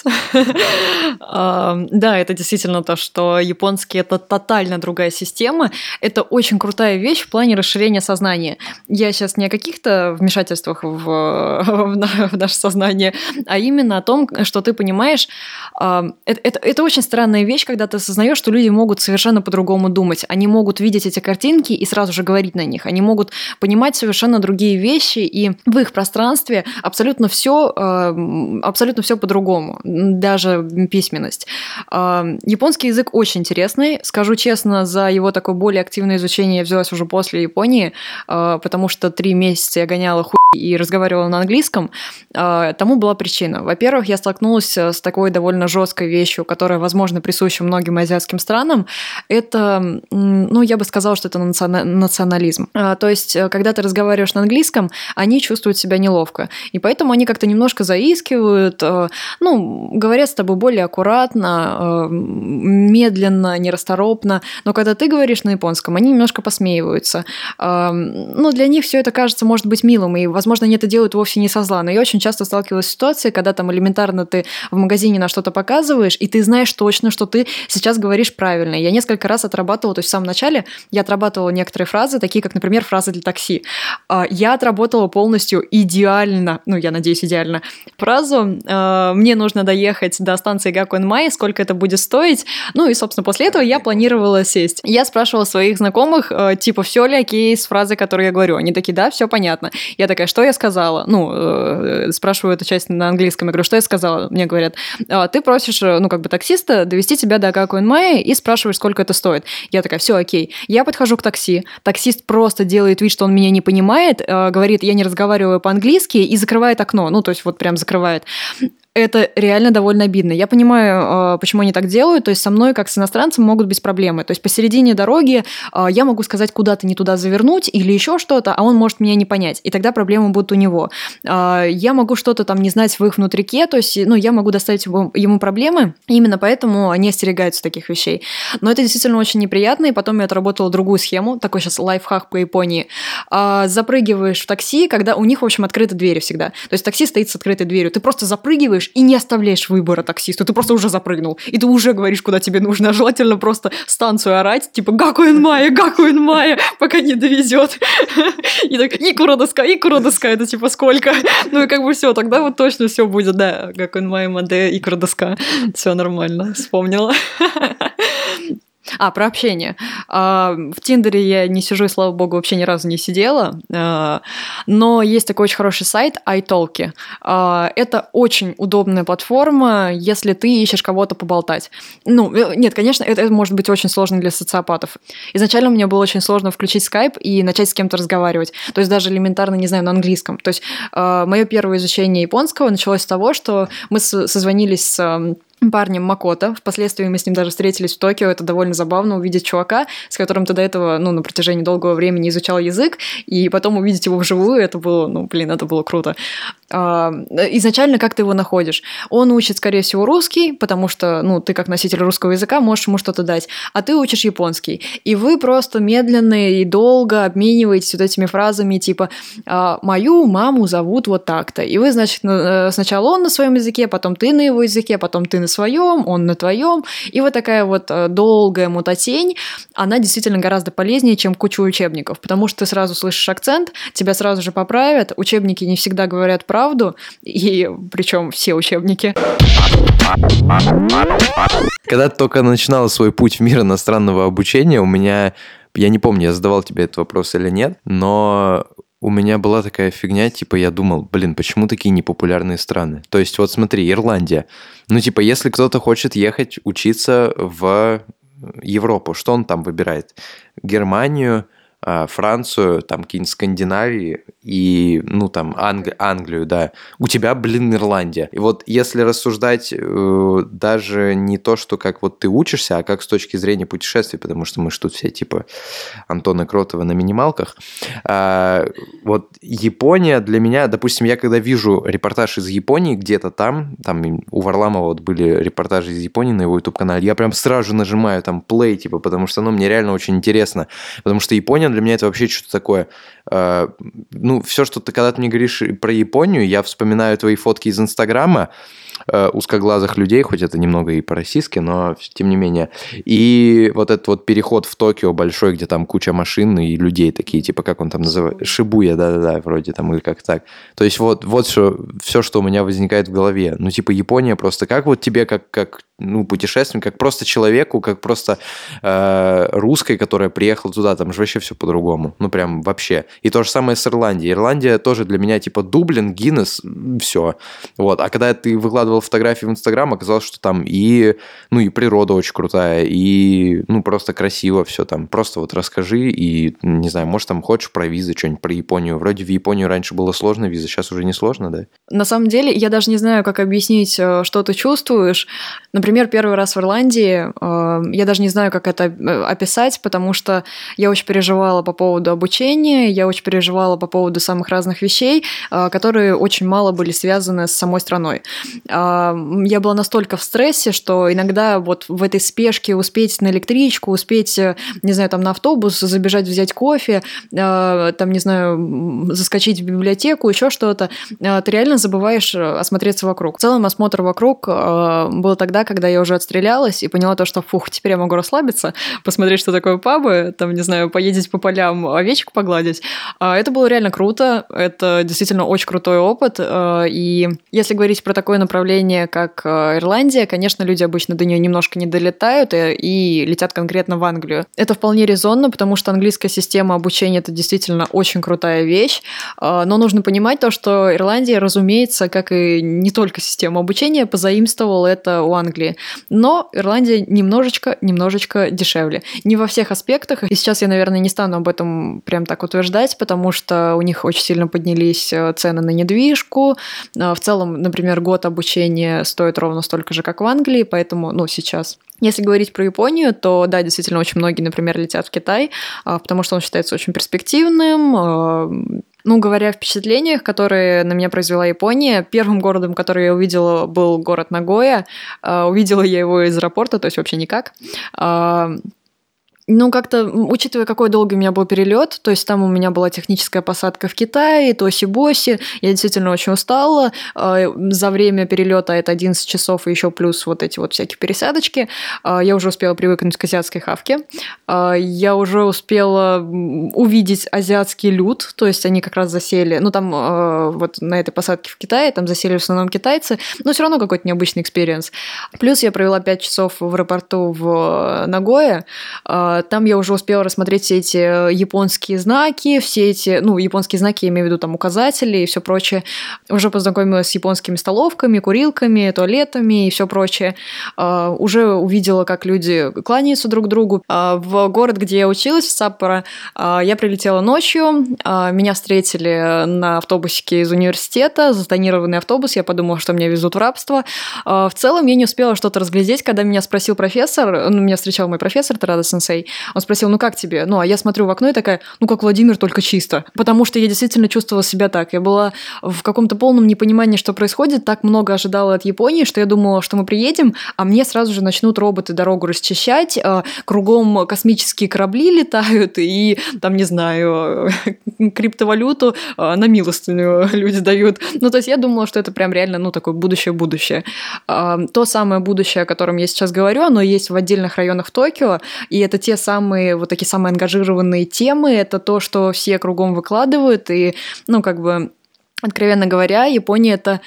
Да, это действительно то, что японский – это тотально другая система. Это очень крутая вещь в плане расширения сознания. Я сейчас не о каких-то вмешательствах в, в наше сознание, а именно о том, что ты понимаешь, это, это, это очень странная вещь, когда ты осознаешь, что люди могут совершенно по-другому думать. Они могут видеть эти картинки и сразу же говорить на них. Они могут понимать совершенно другие вещи, и в их пространстве абсолютно все, абсолютно все по-другому, даже письменность. Японский язык очень интересный. Скажу честно, за его такое более активное изучение я взялась уже после Японии, потому что три месяца я гоняла хуй и разговаривала на английском. Тому была причина. Во-первых, я столкнулась с такой довольно жесткой вещью, которая, возможно, присуща многим азиатским странам. Это, ну, я бы сказала, что это национализм. То есть э, когда ты разговариваешь на английском, они чувствуют себя неловко. И поэтому они как-то немножко заискивают, э, ну, говорят с тобой более аккуратно, э, медленно, нерасторопно. Но когда ты говоришь на японском, они немножко посмеиваются. Э, ну, для них все это кажется, может быть, милым, и, возможно, они это делают вовсе не со зла. Но я очень часто сталкивалась с ситуацией, когда там элементарно ты в магазине на что-то показываешь, и ты знаешь точно, что ты сейчас говоришь правильно. Я несколько раз отрабатывала, то есть в самом начале я отрабатывала некоторые фразы, такие как, например, фразы для такси. Я отработала полностью идеально, ну, я надеюсь, идеально, фразу «мне нужно доехать до станции Гакуэн-Май, сколько это будет стоить?» Ну и, собственно, после этого я планировала сесть. Я спрашивала своих знакомых, типа, все ли окей с фразой, которую я говорю. Они такие, да, все понятно. Я такая, что я сказала? Ну, спрашиваю эту часть на английском, я говорю, что я сказала? Мне говорят, ты просишь, ну, как бы таксиста довести тебя до Гакуэн-Май и спрашиваешь, сколько это стоит. Я такая, все окей. Я подхожу к такси, таксист просто делает вид, что он меня не понимает, говорит, я не разговариваю по-английски и закрывает окно, ну, то есть вот прям закрывает. Это реально довольно обидно. Я понимаю, почему они так делают. То есть со мной, как с иностранцем, могут быть проблемы. То есть посередине дороги я могу сказать, куда-то не туда завернуть или еще что-то, а он может меня не понять. И тогда проблемы будут у него. Я могу что-то там не знать в их внутрике, то есть ну, я могу доставить ему проблемы. Именно поэтому они остерегаются таких вещей. Но это действительно очень неприятно. И потом я отработала другую схему. Такой сейчас лайфхак по Японии. Запрыгиваешь в такси, когда у них, в общем, открыты двери всегда. То есть такси стоит с открытой дверью. Ты просто запрыгиваешь и не оставляешь выбора таксисту. Ты просто уже запрыгнул. И ты уже говоришь, куда тебе нужно. А желательно просто станцию орать, типа «Гакуэн-Май, Гакуэн-Май», пока не довезет. И так «Икуро-доска, Икуро-доска», это типа сколько? Ну и как бы все, тогда вот точно все будет, да. «Гакуэн-Май, Маде, Икуро-доска». Все нормально, вспомнила. А, про общение. В Тиндере я не сижу, и, слава богу, вообще ни разу не сидела. Но есть такой очень хороший сайт iTalki. Это очень удобная платформа, если ты ищешь кого-то поболтать. Ну, нет, конечно, это, это может быть очень сложно для социопатов. Изначально мне было очень сложно включить Skype и начать с кем-то разговаривать. То есть даже элементарно, не знаю, на английском. То есть мое первое изучение японского началось с того, что мы созвонились с парнем Макото. Впоследствии мы с ним даже встретились в Токио. Это довольно забавно увидеть чувака, с которым ты до этого, ну, на протяжении долгого времени изучал язык, и потом увидеть его вживую, это было, ну, блин, это было круто. А, изначально как ты его находишь? Он учит, скорее всего, русский, потому что, ну, ты как носитель русского языка можешь ему что-то дать, а ты учишь японский. И вы просто медленно и долго обмениваетесь вот этими фразами, типа «мою маму зовут вот так-то». И вы, значит, сначала он на своем языке, потом ты на его языке, потом ты на своем, он на твоем. И вот такая вот долгая мутатень, она действительно гораздо полезнее, чем куча учебников, потому что ты сразу слышишь акцент, тебя сразу же поправят, учебники не всегда говорят правду, и причем все учебники. Когда ты только начинала свой путь в мир иностранного обучения, у меня, я не помню, я задавал тебе этот вопрос или нет, но у меня была такая фигня, типа, я думал, блин, почему такие непопулярные страны? То есть, вот смотри, Ирландия. Ну, типа, если кто-то хочет ехать учиться в Европу, что он там выбирает? Германию, Францию, там, какие-нибудь Скандинавии и, ну, там, Англи- Англию, да. У тебя, блин, Ирландия. И вот если рассуждать э, даже не то, что как вот ты учишься, а как с точки зрения путешествий, потому что мы ж тут все, типа, Антона Кротова на минималках. Э, вот Япония для меня, допустим, я когда вижу репортаж из Японии где-то там, там у Варламова вот были репортажи из Японии на его YouTube-канале, я прям сразу же нажимаю там play, типа, потому что, ну, мне реально очень интересно. Потому что Япония для меня это вообще что-то такое. Э, ну, все, что ты, когда ты мне говоришь про Японию, я вспоминаю твои фотки из Инстаграма, э, узкоглазых людей, хоть это немного и по-российски, но тем не менее. И вот этот вот переход в Токио большой, где там куча машин и людей такие, типа, как он там называется? Шибуя, да-да-да, вроде там, или как так. То есть вот, вот все, все, что у меня возникает в голове. Ну, типа, Япония просто, как вот тебе, как, как ну, путешественник, как просто человеку, как просто э, русской, которая приехала туда, там же вообще все по-другому. Ну, прям вообще. И то же самое с Ирландией. Ирландия тоже для меня, типа, Дублин, Гиннес, все. Вот. А когда ты выкладывал фотографии в Инстаграм, оказалось, что там и, ну, и природа очень крутая, и, ну, просто красиво все там. Просто вот расскажи, и, не знаю, может, там хочешь про визы, что-нибудь про Японию. Вроде в Японию раньше было сложно виза, сейчас уже не сложно, да? На самом деле, я даже не знаю, как объяснить, что ты чувствуешь. Например, первый раз в Ирландии, я даже не знаю, как это описать, потому что я очень переживала по поводу обучения, я я очень переживала по поводу самых разных вещей, которые очень мало были связаны с самой страной. Я была настолько в стрессе, что иногда вот в этой спешке успеть на электричку, успеть, не знаю, там на автобус, забежать взять кофе, там, не знаю, заскочить в библиотеку, еще что-то, ты реально забываешь осмотреться вокруг. В целом осмотр вокруг был тогда, когда я уже отстрелялась и поняла то, что, фух, теперь я могу расслабиться, посмотреть, что такое пабы, там, не знаю, поездить по полям, овечку погладить. Это было реально круто, это действительно очень крутой опыт, и если говорить про такое направление, как Ирландия, конечно, люди обычно до нее немножко не долетают и летят конкретно в Англию. Это вполне резонно, потому что английская система обучения – это действительно очень крутая вещь, но нужно понимать то, что Ирландия, разумеется, как и не только система обучения, позаимствовала это у Англии. Но Ирландия немножечко, немножечко дешевле. Не во всех аспектах, и сейчас я, наверное, не стану об этом прям так утверждать, потому что у них очень сильно поднялись цены на недвижку. В целом, например, год обучения стоит ровно столько же, как в Англии, поэтому, ну, сейчас. Если говорить про Японию, то да, действительно, очень многие, например, летят в Китай, потому что он считается очень перспективным. Ну, говоря о впечатлениях, которые на меня произвела Япония, первым городом, который я увидела, был город Нагоя. Увидела я его из аэропорта, то есть вообще никак. Ну, как-то, учитывая, какой долгий у меня был перелет, то есть там у меня была техническая посадка в Китае, тоси-боси, я действительно очень устала. За время перелета это одиннадцать часов и еще плюс вот эти вот всякие пересадочки. Я уже успела привыкнуть к азиатской хавке. Я уже успела увидеть азиатский люд, то есть они как раз засели, ну, там вот на этой посадке в Китае, там засели в основном китайцы, но все равно какой-то необычный экспириенс. Плюс я провела пять часов в аэропорту в Нагое. Там я уже успела рассмотреть все эти японские знаки, все эти, ну, японские знаки, я имею в виду там указатели и все прочее. Уже познакомилась с японскими столовками, курилками, туалетами и все прочее. Уже увидела, как люди кланяются друг другу. В город, где я училась, в Саппоро, я прилетела ночью. Меня встретили на автобусике из университета, затонированный автобус. Я подумала, что меня везут в рабство. В целом я не успела что-то разглядеть, когда меня спросил профессор, ну, меня встречал мой профессор Тарада-сенсей. Он спросил, ну как тебе? Ну, а я смотрю в окно и такая, ну как Владимир, только чисто. Потому что я действительно чувствовала себя так. Я была в каком-то полном непонимании, что происходит, так много ожидала от Японии, что я думала, что мы приедем, а мне сразу же начнут роботы дорогу расчищать, кругом космические корабли летают, и там, не знаю, криптовалюту на милостыню люди дают. Ну, то есть я думала, что это прям реально, ну, такое будущее-будущее. То самое будущее, о котором я сейчас говорю, оно есть в отдельных районах в Токио, и это те самые, вот такие самые ангажированные темы, это то, что все кругом выкладывают, и, ну, как бы, откровенно говоря, Япония — это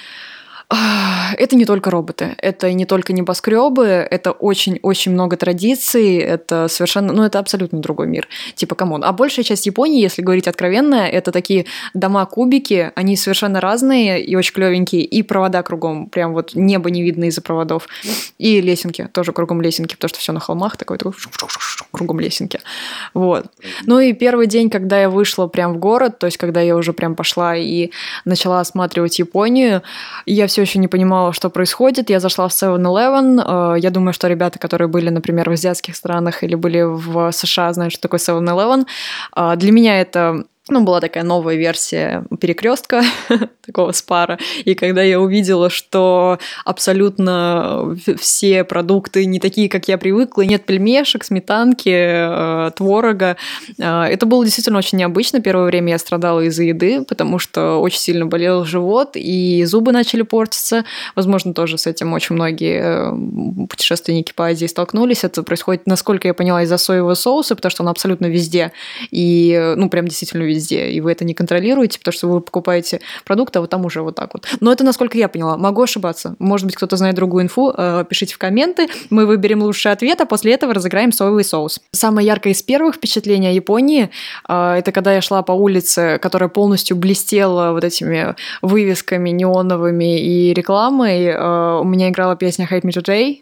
это не только роботы, это не только небоскребы, это очень-очень много традиций, это совершенно, ну, это абсолютно другой мир. Типа, камон. А большая часть Японии, если говорить откровенно, это такие дома-кубики, они совершенно разные и очень клевенькие, и провода кругом, прям вот небо не видно из-за проводов, и лесенки, тоже кругом лесенки, потому что все на холмах, такой, такой кругом лесенки. Вот. Ну и первый день, когда я вышла прям в город, то есть когда я уже прям пошла и начала осматривать Японию, я все еще не понимала, что происходит. Я зашла в севен элевен. Я думаю, что ребята, которые были, например, в азиатских странах или были в США, знают, что такое севен элевен. Для меня это... Ну, была такая новая версия перекрестка, такого спара. И когда я увидела, что абсолютно все продукты не такие, как я привыкла, нет пельмешек, сметанки, творога, это было действительно очень необычно. Первое время я страдала из-за еды, потому что очень сильно болел живот, и зубы начали портиться. Возможно, тоже с этим очень многие путешественники по Азии столкнулись. Это происходит, насколько я поняла, из-за соевого соуса, потому что он абсолютно везде. И, ну, прям действительно везде. И вы это не контролируете, потому что вы покупаете продукт, а вот там уже вот так вот. Но это, насколько я поняла. Могу ошибаться. Может быть, кто-то знает другую инфу. Пишите в комменты. Мы выберем лучший ответ, а после этого разыграем соевый соус. Самое яркое из первых впечатлений о Японии – это когда я шла по улице, которая полностью блестела вот этими вывесками неоновыми и рекламой. У меня играла песня «Hate Me Today».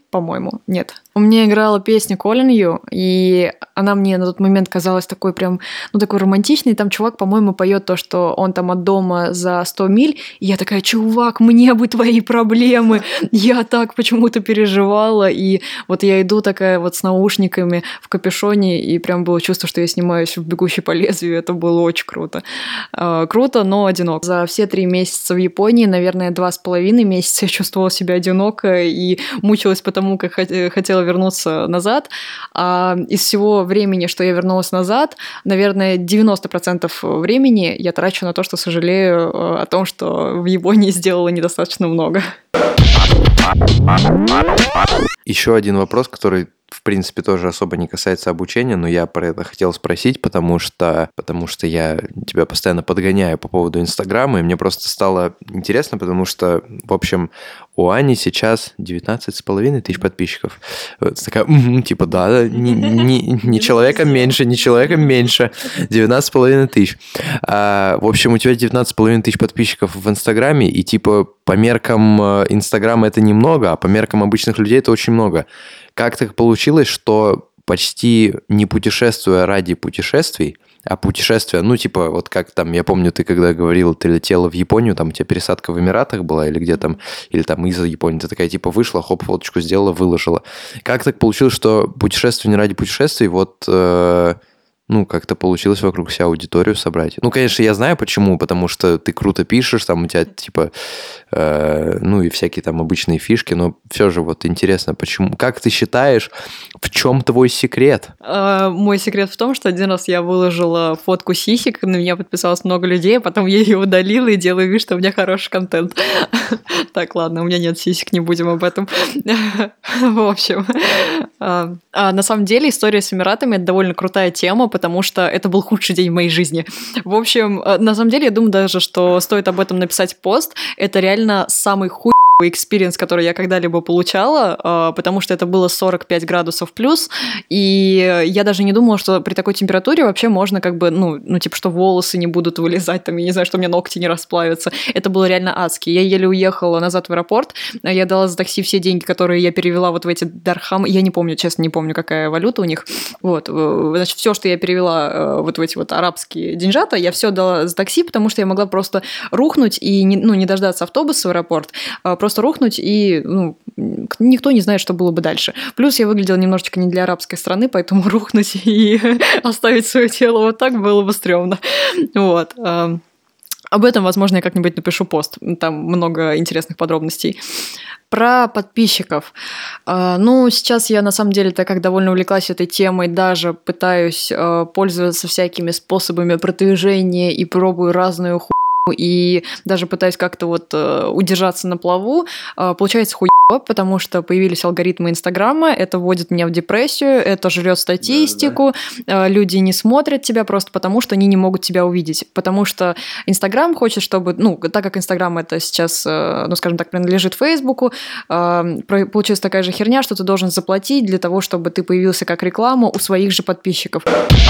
по-моему, нет. У меня играла песня Calling You, и она мне на тот момент казалась такой прям, ну, такой романтичной. Там чувак, по-моему, поет то, что он там от дома за сто миль. И я такая: чувак, мне бы твои проблемы. Я так почему-то переживала. И вот я иду такая вот с наушниками в капюшоне, и прям было чувство, что я снимаюсь в «Бегущей по лезвию». Это было очень круто. Круто, но одиноко. За все три месяца в Японии, наверное, два с половиной месяца я чувствовала себя одиноко и мучилась потому, как хотела вернуться назад. А из всего времени, что я вернулась назад, наверное, девяносто процентов времени я трачу на то, что сожалею о том, что в Японии сделала недостаточно много. Еще один вопрос, который, в принципе, тоже особо не касается обучения, но я про это хотел спросить, потому что, потому что я тебя постоянно подгоняю по поводу Инстаграма, и мне просто стало интересно, потому что, в общем, у Ани сейчас девятнадцать с половиной тысяч подписчиков. Вот такая, м-м, типа, да, не, не, не человеком меньше, не человеком меньше, девятнадцать с половиной тысяч. А, в общем, у тебя девятнадцать с половиной тысяч подписчиков в Инстаграме, и типа по меркам Инстаграма это немного, а по меркам обычных людей это очень много. Как так получилось, что почти не путешествуя ради путешествий, а путешествия, ну, типа, вот как там, я помню, ты когда говорил, ты летела в Японию, там у тебя пересадка в Эмиратах была, или где там, или там из Японии, ты такая, типа, вышла, хоп, фоточку сделала, выложила. Как так получилось, что путешествие не ради путешествий, вот... Э- ну, как-то получилось вокруг себя аудиторию собрать. Ну, конечно, я знаю почему, потому что ты круто пишешь, там у тебя, типа, э, ну, и всякие там обычные фишки, но все же вот интересно, почему, как ты считаешь, в чем твой секрет? А, мой секрет в том, что один раз я выложила фотку сисек, на меня подписалось много людей, а потом я ее удалила и делаю вид, что у меня хороший контент. Так, ладно, у меня нет сисек, не будем об этом. В общем, на самом деле история с Эмиратами – это довольно крутая тема, потому что это был худший день в моей жизни. В общем, на самом деле, я думаю даже, что стоит об этом написать пост. Это реально самый хуй экспириенс, который я когда-либо получала, потому что это было сорок пять градусов плюс, и я даже не думала, что при такой температуре вообще можно как бы, ну, ну типа, что волосы не будут вылезать, там, я не знаю, что у меня ногти не расплавятся. Это было реально адски. Я еле уехала назад в аэропорт, я дала за такси все деньги, которые я перевела вот в эти дархамы, я не помню, честно, не помню, какая валюта у них, вот, значит, все, что я перевела вот в эти вот арабские деньжата, я все дала за такси, потому что я могла просто рухнуть и не, ну, не дождаться автобуса в аэропорт, просто просто рухнуть, и ну, никто не знает, что было бы дальше. Плюс я выглядела немножечко не для арабской страны, поэтому рухнуть и оставить свое тело вот так было бы стрёмно. Вот. Об этом, возможно, я как-нибудь напишу пост. Там много интересных подробностей. Про подписчиков. Ну, сейчас я, на самом деле, так как довольно увлеклась этой темой, даже пытаюсь пользоваться всякими способами продвижения и пробую разную хуйню, и даже пытаюсь как-то вот э, удержаться на плаву, э, получается хуёво, потому что появились алгоритмы Инстаграма, это вводит меня в депрессию, это жрет статистику, да-да-да. Э, люди не смотрят тебя просто потому, что они не могут тебя увидеть, потому что Инстаграм хочет, чтобы, ну, так как Инстаграм это сейчас, э, ну, скажем так, принадлежит Фейсбуку, э, получилась такая же херня, что ты должен заплатить для того, чтобы ты появился как реклама у своих же подписчиков.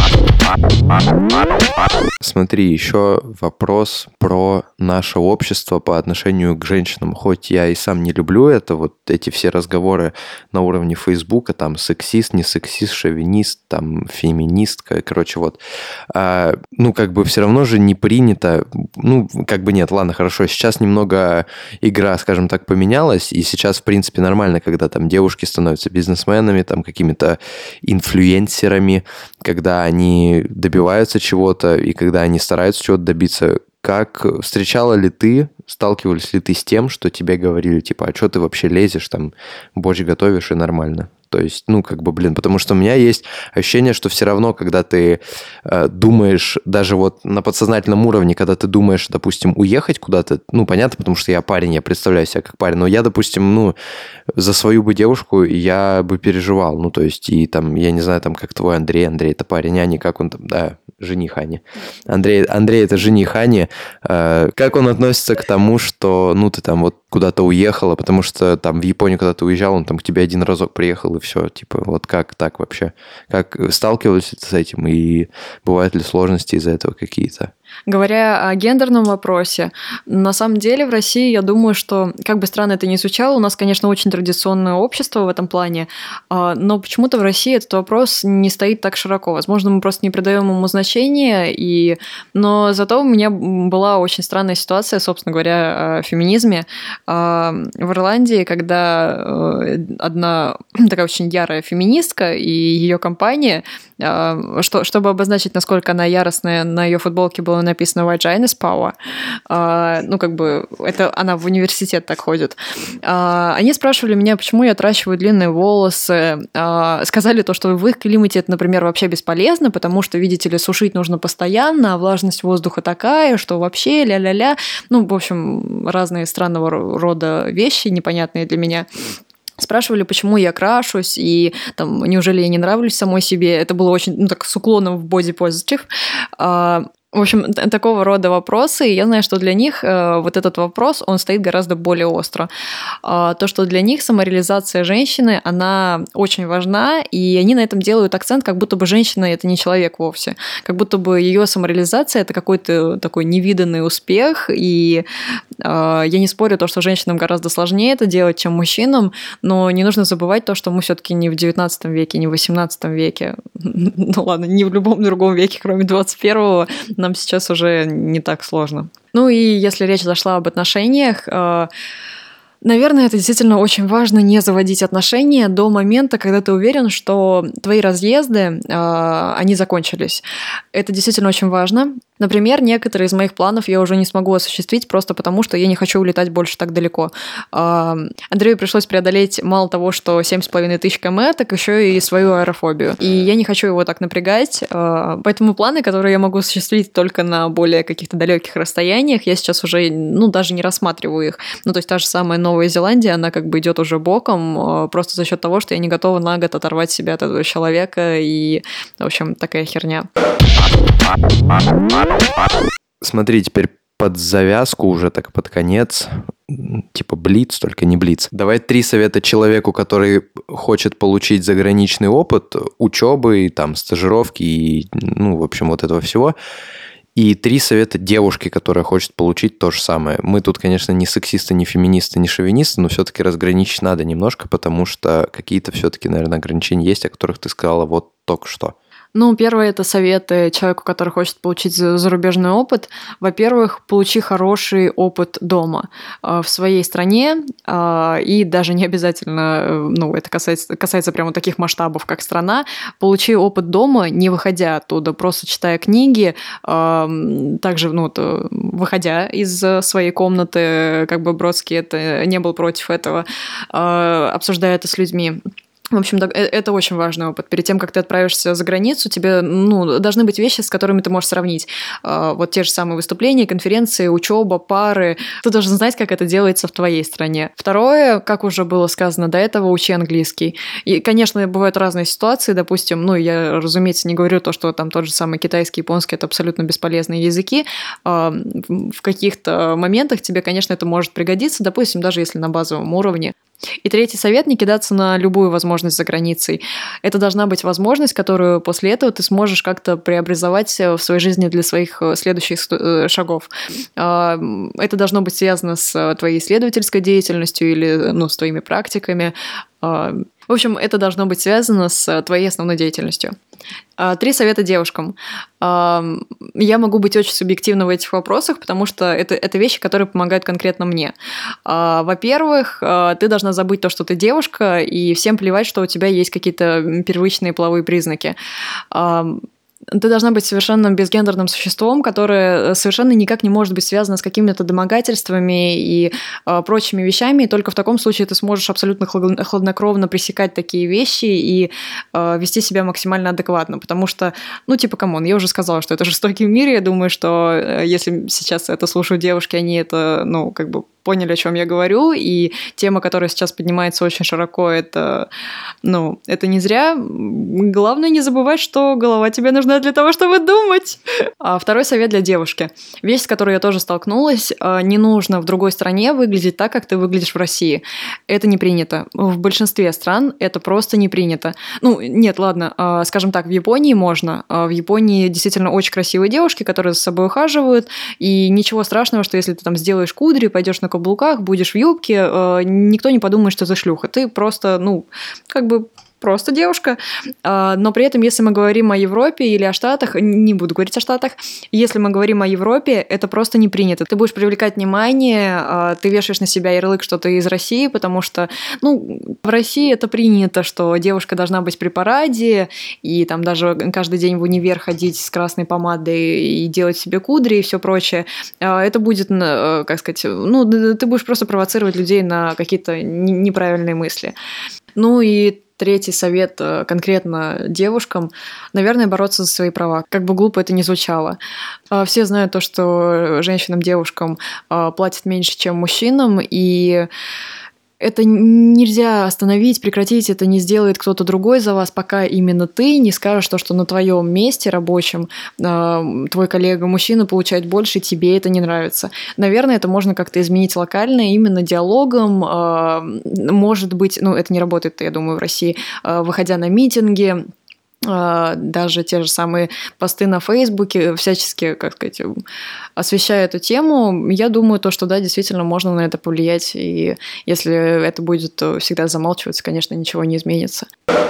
Смотри, еще вопрос про наше общество по отношению к женщинам. Хоть я и сам не люблю это, вот эти все разговоры на уровне Фейсбука, там сексист, не сексист, шовинист, там феминистка, короче, вот. А, ну, как бы все равно же не принято, ну, как бы нет, ладно, хорошо, сейчас немного игра, скажем так, поменялась, и сейчас, в принципе, нормально, когда там девушки становятся бизнесменами, там какими-то инфлюенсерами, когда они добиваются чего-то, и когда они стараются чего-то добиться. Как встречала ли ты, сталкивались ли ты с тем, что тебе говорили, типа, а что ты вообще лезешь, там, борщ готовишь и нормально? То есть, ну, как бы, блин, потому что у меня есть ощущение, что все равно, когда ты э, думаешь, даже вот на подсознательном уровне, когда ты думаешь, допустим, уехать куда-то, ну, понятно, потому что я парень, я представляю себя как парень, но я, допустим, ну, за свою бы девушку я бы переживал, ну, то есть, и там, я не знаю, там, как твой Андрей, Андрей, это парень, Ани, как он там, да, жених Ани. Андрей, Андрей это жених Ани. Э, как он относится к тому, что, ну, ты там вот куда-то уехала, потому что там в Японию когда ты уезжал, он там к тебе один разок приехал, и все, типа, вот как так вообще? Как сталкивались ты с этим, и бывают ли сложности из-за этого какие-то? Говоря о гендерном вопросе, на самом деле в России, я думаю, что, как бы странно это ни звучало, у нас, конечно, очень традиционное общество в этом плане, но почему-то в России этот вопрос не стоит так широко. Возможно, мы просто не придаем ему значения, и... но зато у меня была очень странная ситуация, собственно говоря, о феминизме в Ирландии, когда одна такая очень ярая феминистка и ее компания, что, чтобы обозначить, насколько она яростная, на ее футболке было написано «Vagina is power». Ну, как бы, это она в университет так ходит. Они спрашивали меня, почему я отращиваю длинные волосы. Сказали то, что в их климате это, например, вообще бесполезно, потому что, видите ли, сушить нужно постоянно, а влажность воздуха такая, что вообще ля-ля-ля. Ну, в общем, разные странного рода вещи, непонятные для меня. Спрашивали, почему я крашусь, и там, неужели я не нравлюсь самой себе. Это было очень, ну, так, с уклоном в body positive. В общем, такого рода вопросы, и я знаю, что для них э, вот этот вопрос, он стоит гораздо более остро. Э, то, что для них самореализация женщины, она очень важна, и они на этом делают акцент, как будто бы женщина – это не человек вовсе. Как будто бы ее самореализация – это какой-то такой невиданный успех, и э, я не спорю, то, что женщинам гораздо сложнее это делать, чем мужчинам, но не нужно забывать то, что мы все-таки не в девятнадцатом веке, не в восемнадцатом веке, ну ладно, не в любом другом веке, кроме двадцать первого, нам сейчас уже не так сложно. Ну и если речь зашла об отношениях, наверное, это действительно очень важно не заводить отношения до момента, когда ты уверен, что твои разъезды, они закончились. Это действительно очень важно. Например, некоторые из моих планов я уже не смогу осуществить просто потому, что я не хочу улетать больше так далеко. Андрею пришлось преодолеть мало того, что семь с половиной тысяч километров, так еще и свою аэрофобию. И я не хочу его так напрягать. Поэтому планы, которые я могу осуществить только на более каких-то далеких расстояниях, я сейчас уже, ну, даже не рассматриваю их. Ну, то есть та же самая Новая Зеландия, она как бы идет уже боком, просто за счет того, что я не готова на год оторвать себя от этого человека, и, в общем, такая херня. Смотри, теперь под завязку, уже так под конец, типа блиц, только не блиц. Давай три совета человеку, который хочет получить заграничный опыт учебы, там, стажировки и, ну, в общем, вот этого всего. И три совета девушке, которая хочет получить то же самое. Мы тут, конечно, не сексисты, не феминисты, не шовинисты, но все-таки разграничить надо немножко, потому что какие-то все-таки, наверное, ограничения есть, о которых ты сказала вот только что. Ну, первое – это советы человеку, который хочет получить зарубежный опыт. Во-первых, получи хороший опыт дома, в своей стране, и даже не обязательно, ну, это касается, касается прямо таких масштабов, как страна. Получи опыт дома, не выходя оттуда, просто читая книги, также, ну, выходя из своей комнаты, как бы Бродский это не был против этого, обсуждая это с людьми. В общем, это очень важный опыт. Перед тем, как ты отправишься за границу, тебе, ну, должны быть вещи, с которыми ты можешь сравнить. Вот те же самые выступления, конференции, учеба, пары. Ты должен знать, как это делается в твоей стране. Второе, как уже было сказано до этого, учи английский. И, конечно, бывают разные ситуации. Допустим, ну, я, разумеется, не говорю то, что там тот же самый китайский, японский – это абсолютно бесполезные языки. В каких-то моментах тебе, конечно, это может пригодиться, допустим, даже если на базовом уровне. И третий совет – не кидаться на любую возможность за границей. Это должна быть возможность, которую после этого ты сможешь как-то преобразовать в своей жизни для своих следующих шагов. Это должно быть связано с твоей исследовательской деятельностью или, ну, с твоими практиками. В общем, это должно быть связано с твоей основной деятельностью. Три совета девушкам. Я могу быть очень субъективна в этих вопросах, потому что это, это вещи, которые помогают конкретно мне. Во-первых, ты должна забыть то, что ты девушка, и всем плевать, что у тебя есть какие-то первичные половые признаки. Ты должна быть совершенно безгендерным существом, которое совершенно никак не может быть связано с какими-то домогательствами и э, прочими вещами. И только в таком случае ты сможешь абсолютно хладнокровно пресекать такие вещи и э, вести себя максимально адекватно. Потому что, ну, типа, камон, я уже сказала, что это жестокий мир. Я думаю, что э, если сейчас это слушают девушки, они это, ну, как бы поняли, о чем я говорю, и тема, которая сейчас поднимается очень широко, это, ну, это не зря. Главное не забывать, что голова тебе нужна для того, чтобы думать. А второй совет для девушки. Вещь, с которой я тоже столкнулась, не нужно в другой стране выглядеть так, как ты выглядишь в России. Это не принято. В большинстве стран это просто не принято. Ну, нет, ладно, скажем так, в Японии можно. В Японии действительно очень красивые девушки, которые за собой ухаживают, и ничего страшного, что если ты там сделаешь кудри, пойдешь на каблуках, будешь в юбке, никто не подумает, что ты шлюха. Ты просто, ну, как бы просто девушка. Но при этом, если мы говорим о Европе или о Штатах, не буду говорить о Штатах, если мы говорим о Европе, это просто не принято. Ты будешь привлекать внимание, ты вешаешь на себя ярлык, что ты из России, потому что, ну, в России это принято, что девушка должна быть при параде, и там даже каждый день в универ ходить с красной помадой и делать себе кудри и все прочее. Это будет, как сказать, ну, ты будешь просто провоцировать людей на какие-то неправильные мысли. Ну и третий совет конкретно девушкам, наверное, бороться за свои права, как бы глупо это ни звучало. Все знают то, что женщинам, девушкам платят меньше, чем мужчинам, и это нельзя остановить, прекратить, это не сделает кто-то другой за вас, пока именно ты не скажешь то, что на твоем месте рабочем э, твой коллега-мужчина получает больше, тебе это не нравится. Наверное, это можно как-то изменить локально, именно диалогом, э, может быть, ну, это не работает, я думаю, в России, э, выходя на митинги, даже те же самые посты на Фейсбуке всячески, как сказать, освещая эту тему, я думаю, то, что да, действительно можно на это повлиять, и если это будет всегда замалчиваться, конечно, ничего не изменится.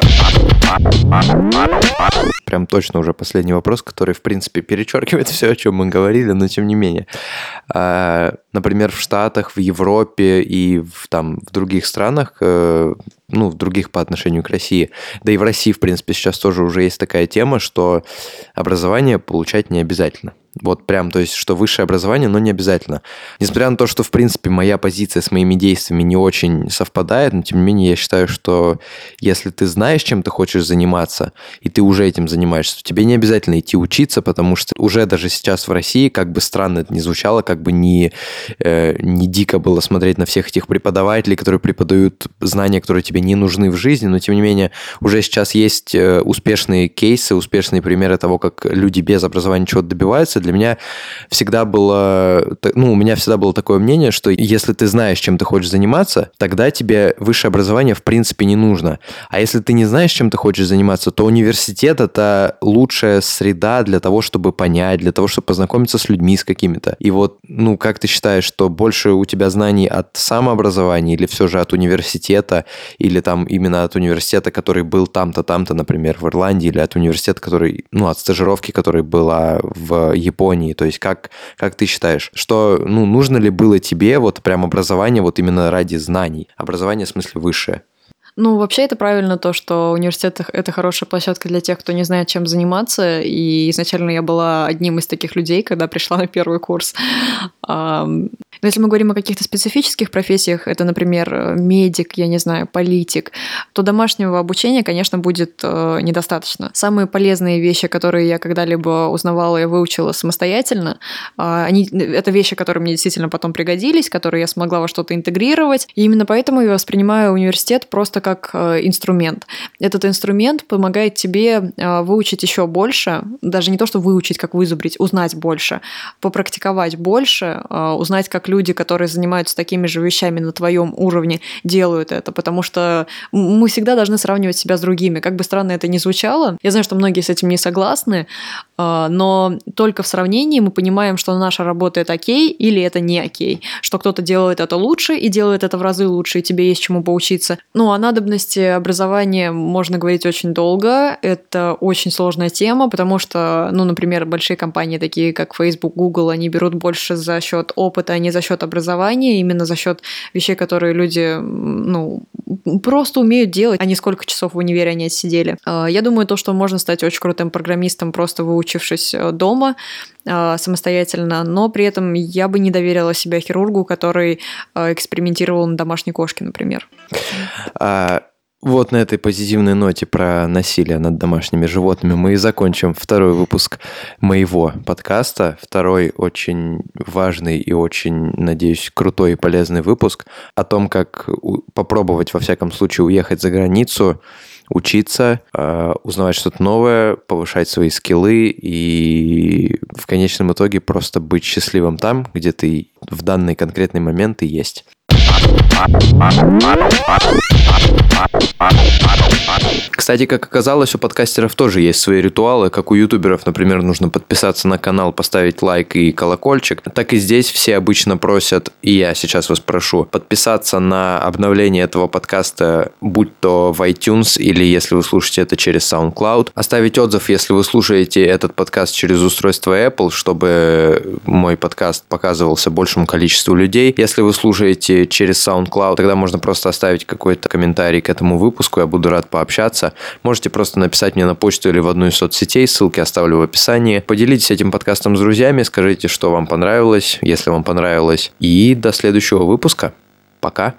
Прям точно уже последний вопрос, который, в принципе, перечеркивает все, о чем мы говорили, но тем не менее. Например, в Штатах, в Европе и в, там, в других странах, ну, в других по отношению к России, да и в России, в принципе, сейчас тоже уже есть такая тема, что образование получать не обязательно. Вот прям, то есть, что высшее образование, но не обязательно. Несмотря на то, что, в принципе, моя позиция с моими действиями не очень совпадает, но, тем не менее, я считаю, что если ты знаешь, чем ты хочешь заниматься, и ты уже этим занимаешься, то тебе не обязательно идти учиться, потому что уже даже сейчас в России, как бы странно это ни звучало, как бы не, э, не дико было смотреть на всех этих преподавателей, которые преподают знания, которые тебе не нужны в жизни, но, тем не менее, уже сейчас есть успешные кейсы, успешные примеры того, как люди без образования чего-то добиваются. Для меня всегда было, ну, у меня всегда было такое мнение, что если ты знаешь, чем ты хочешь заниматься, тогда тебе высшее образование в принципе не нужно. А если ты не знаешь, чем ты хочешь заниматься, то университет – это лучшая среда для того, чтобы понять, для того, чтобы познакомиться с людьми, с какими-то. И вот, ну, как ты считаешь, что больше у тебя знаний от самообразования или все же от университета, или там именно от университета, который был там-то, там-то, например, в Ирландии, или от университета, который, ну, от стажировки, которая была в Японии? То есть как, как ты считаешь, что, ну, нужно ли было тебе вот прям образование вот именно ради знаний? Образование в смысле высшее? Ну, вообще это правильно то, что университет – это хорошая площадка для тех, кто не знает, чем заниматься. И изначально я была одним из таких людей, когда пришла на первый курс. Но если мы говорим о каких-то специфических профессиях, это, например, медик, я не знаю, политик, то домашнего обучения, конечно, будет недостаточно. Самые полезные вещи, которые я когда-либо узнавала и выучила самостоятельно, они, это вещи, которые мне действительно потом пригодились, которые я смогла во что-то интегрировать. И именно поэтому я воспринимаю университет просто как инструмент. Этот инструмент помогает тебе выучить еще больше, даже не то, что выучить, как вызубрить, узнать больше, попрактиковать больше, узнать, как люди, которые занимаются такими же вещами на твоем уровне, делают это, потому что мы всегда должны сравнивать себя с другими. Как бы странно это ни звучало, я знаю, что многие с этим не согласны, но только в сравнении мы понимаем, что наша работа – это окей или это не окей, что кто-то делает это лучше и делает это в разы лучше, и тебе есть чему поучиться. Ну, о надобности образования можно говорить очень долго, это очень сложная тема, потому что, ну, например, большие компании, такие как Facebook, Google, они берут больше за счет опыта, а не за счет образования, именно за счет вещей, которые люди, ну, просто умеют делать, а не сколько часов в универе они отсидели. Я думаю, то, что можно стать очень крутым программистом, просто выучившись дома самостоятельно, но при этом я бы не доверила себя хирургу, который экспериментировал на домашней кошке, например. А, Вот на этой позитивной ноте про насилие над домашними животными мы и закончим второй выпуск моего подкаста. Второй очень важный и очень, надеюсь, крутой и полезный выпуск о том, как попробовать, во всяком случае, уехать за границу, учиться, узнавать что-то новое, повышать свои скиллы и в конечном итоге просто быть счастливым там, где ты в данный конкретный момент и есть. Кстати, как оказалось, у подкастеров тоже есть свои ритуалы, как у ютуберов, например, нужно подписаться на канал, поставить лайк и колокольчик. Так и здесь все обычно просят, и я сейчас вас прошу, подписаться на обновление этого подкаста, будь то в iTunes или если вы слушаете это через SoundCloud. Оставить отзыв, если вы слушаете этот подкаст через устройство Apple, чтобы мой подкаст показывался большему количеству людей. Если вы слушаете через SoundCloud, тогда можно просто оставить какой-то комментарий к этому выпуску, я буду рад пообщаться. Можете просто написать мне на почту или в одну из соцсетей, ссылки оставлю в описании. Поделитесь этим подкастом с друзьями, скажите, что вам понравилось, если вам понравилось. И до следующего выпуска. Пока.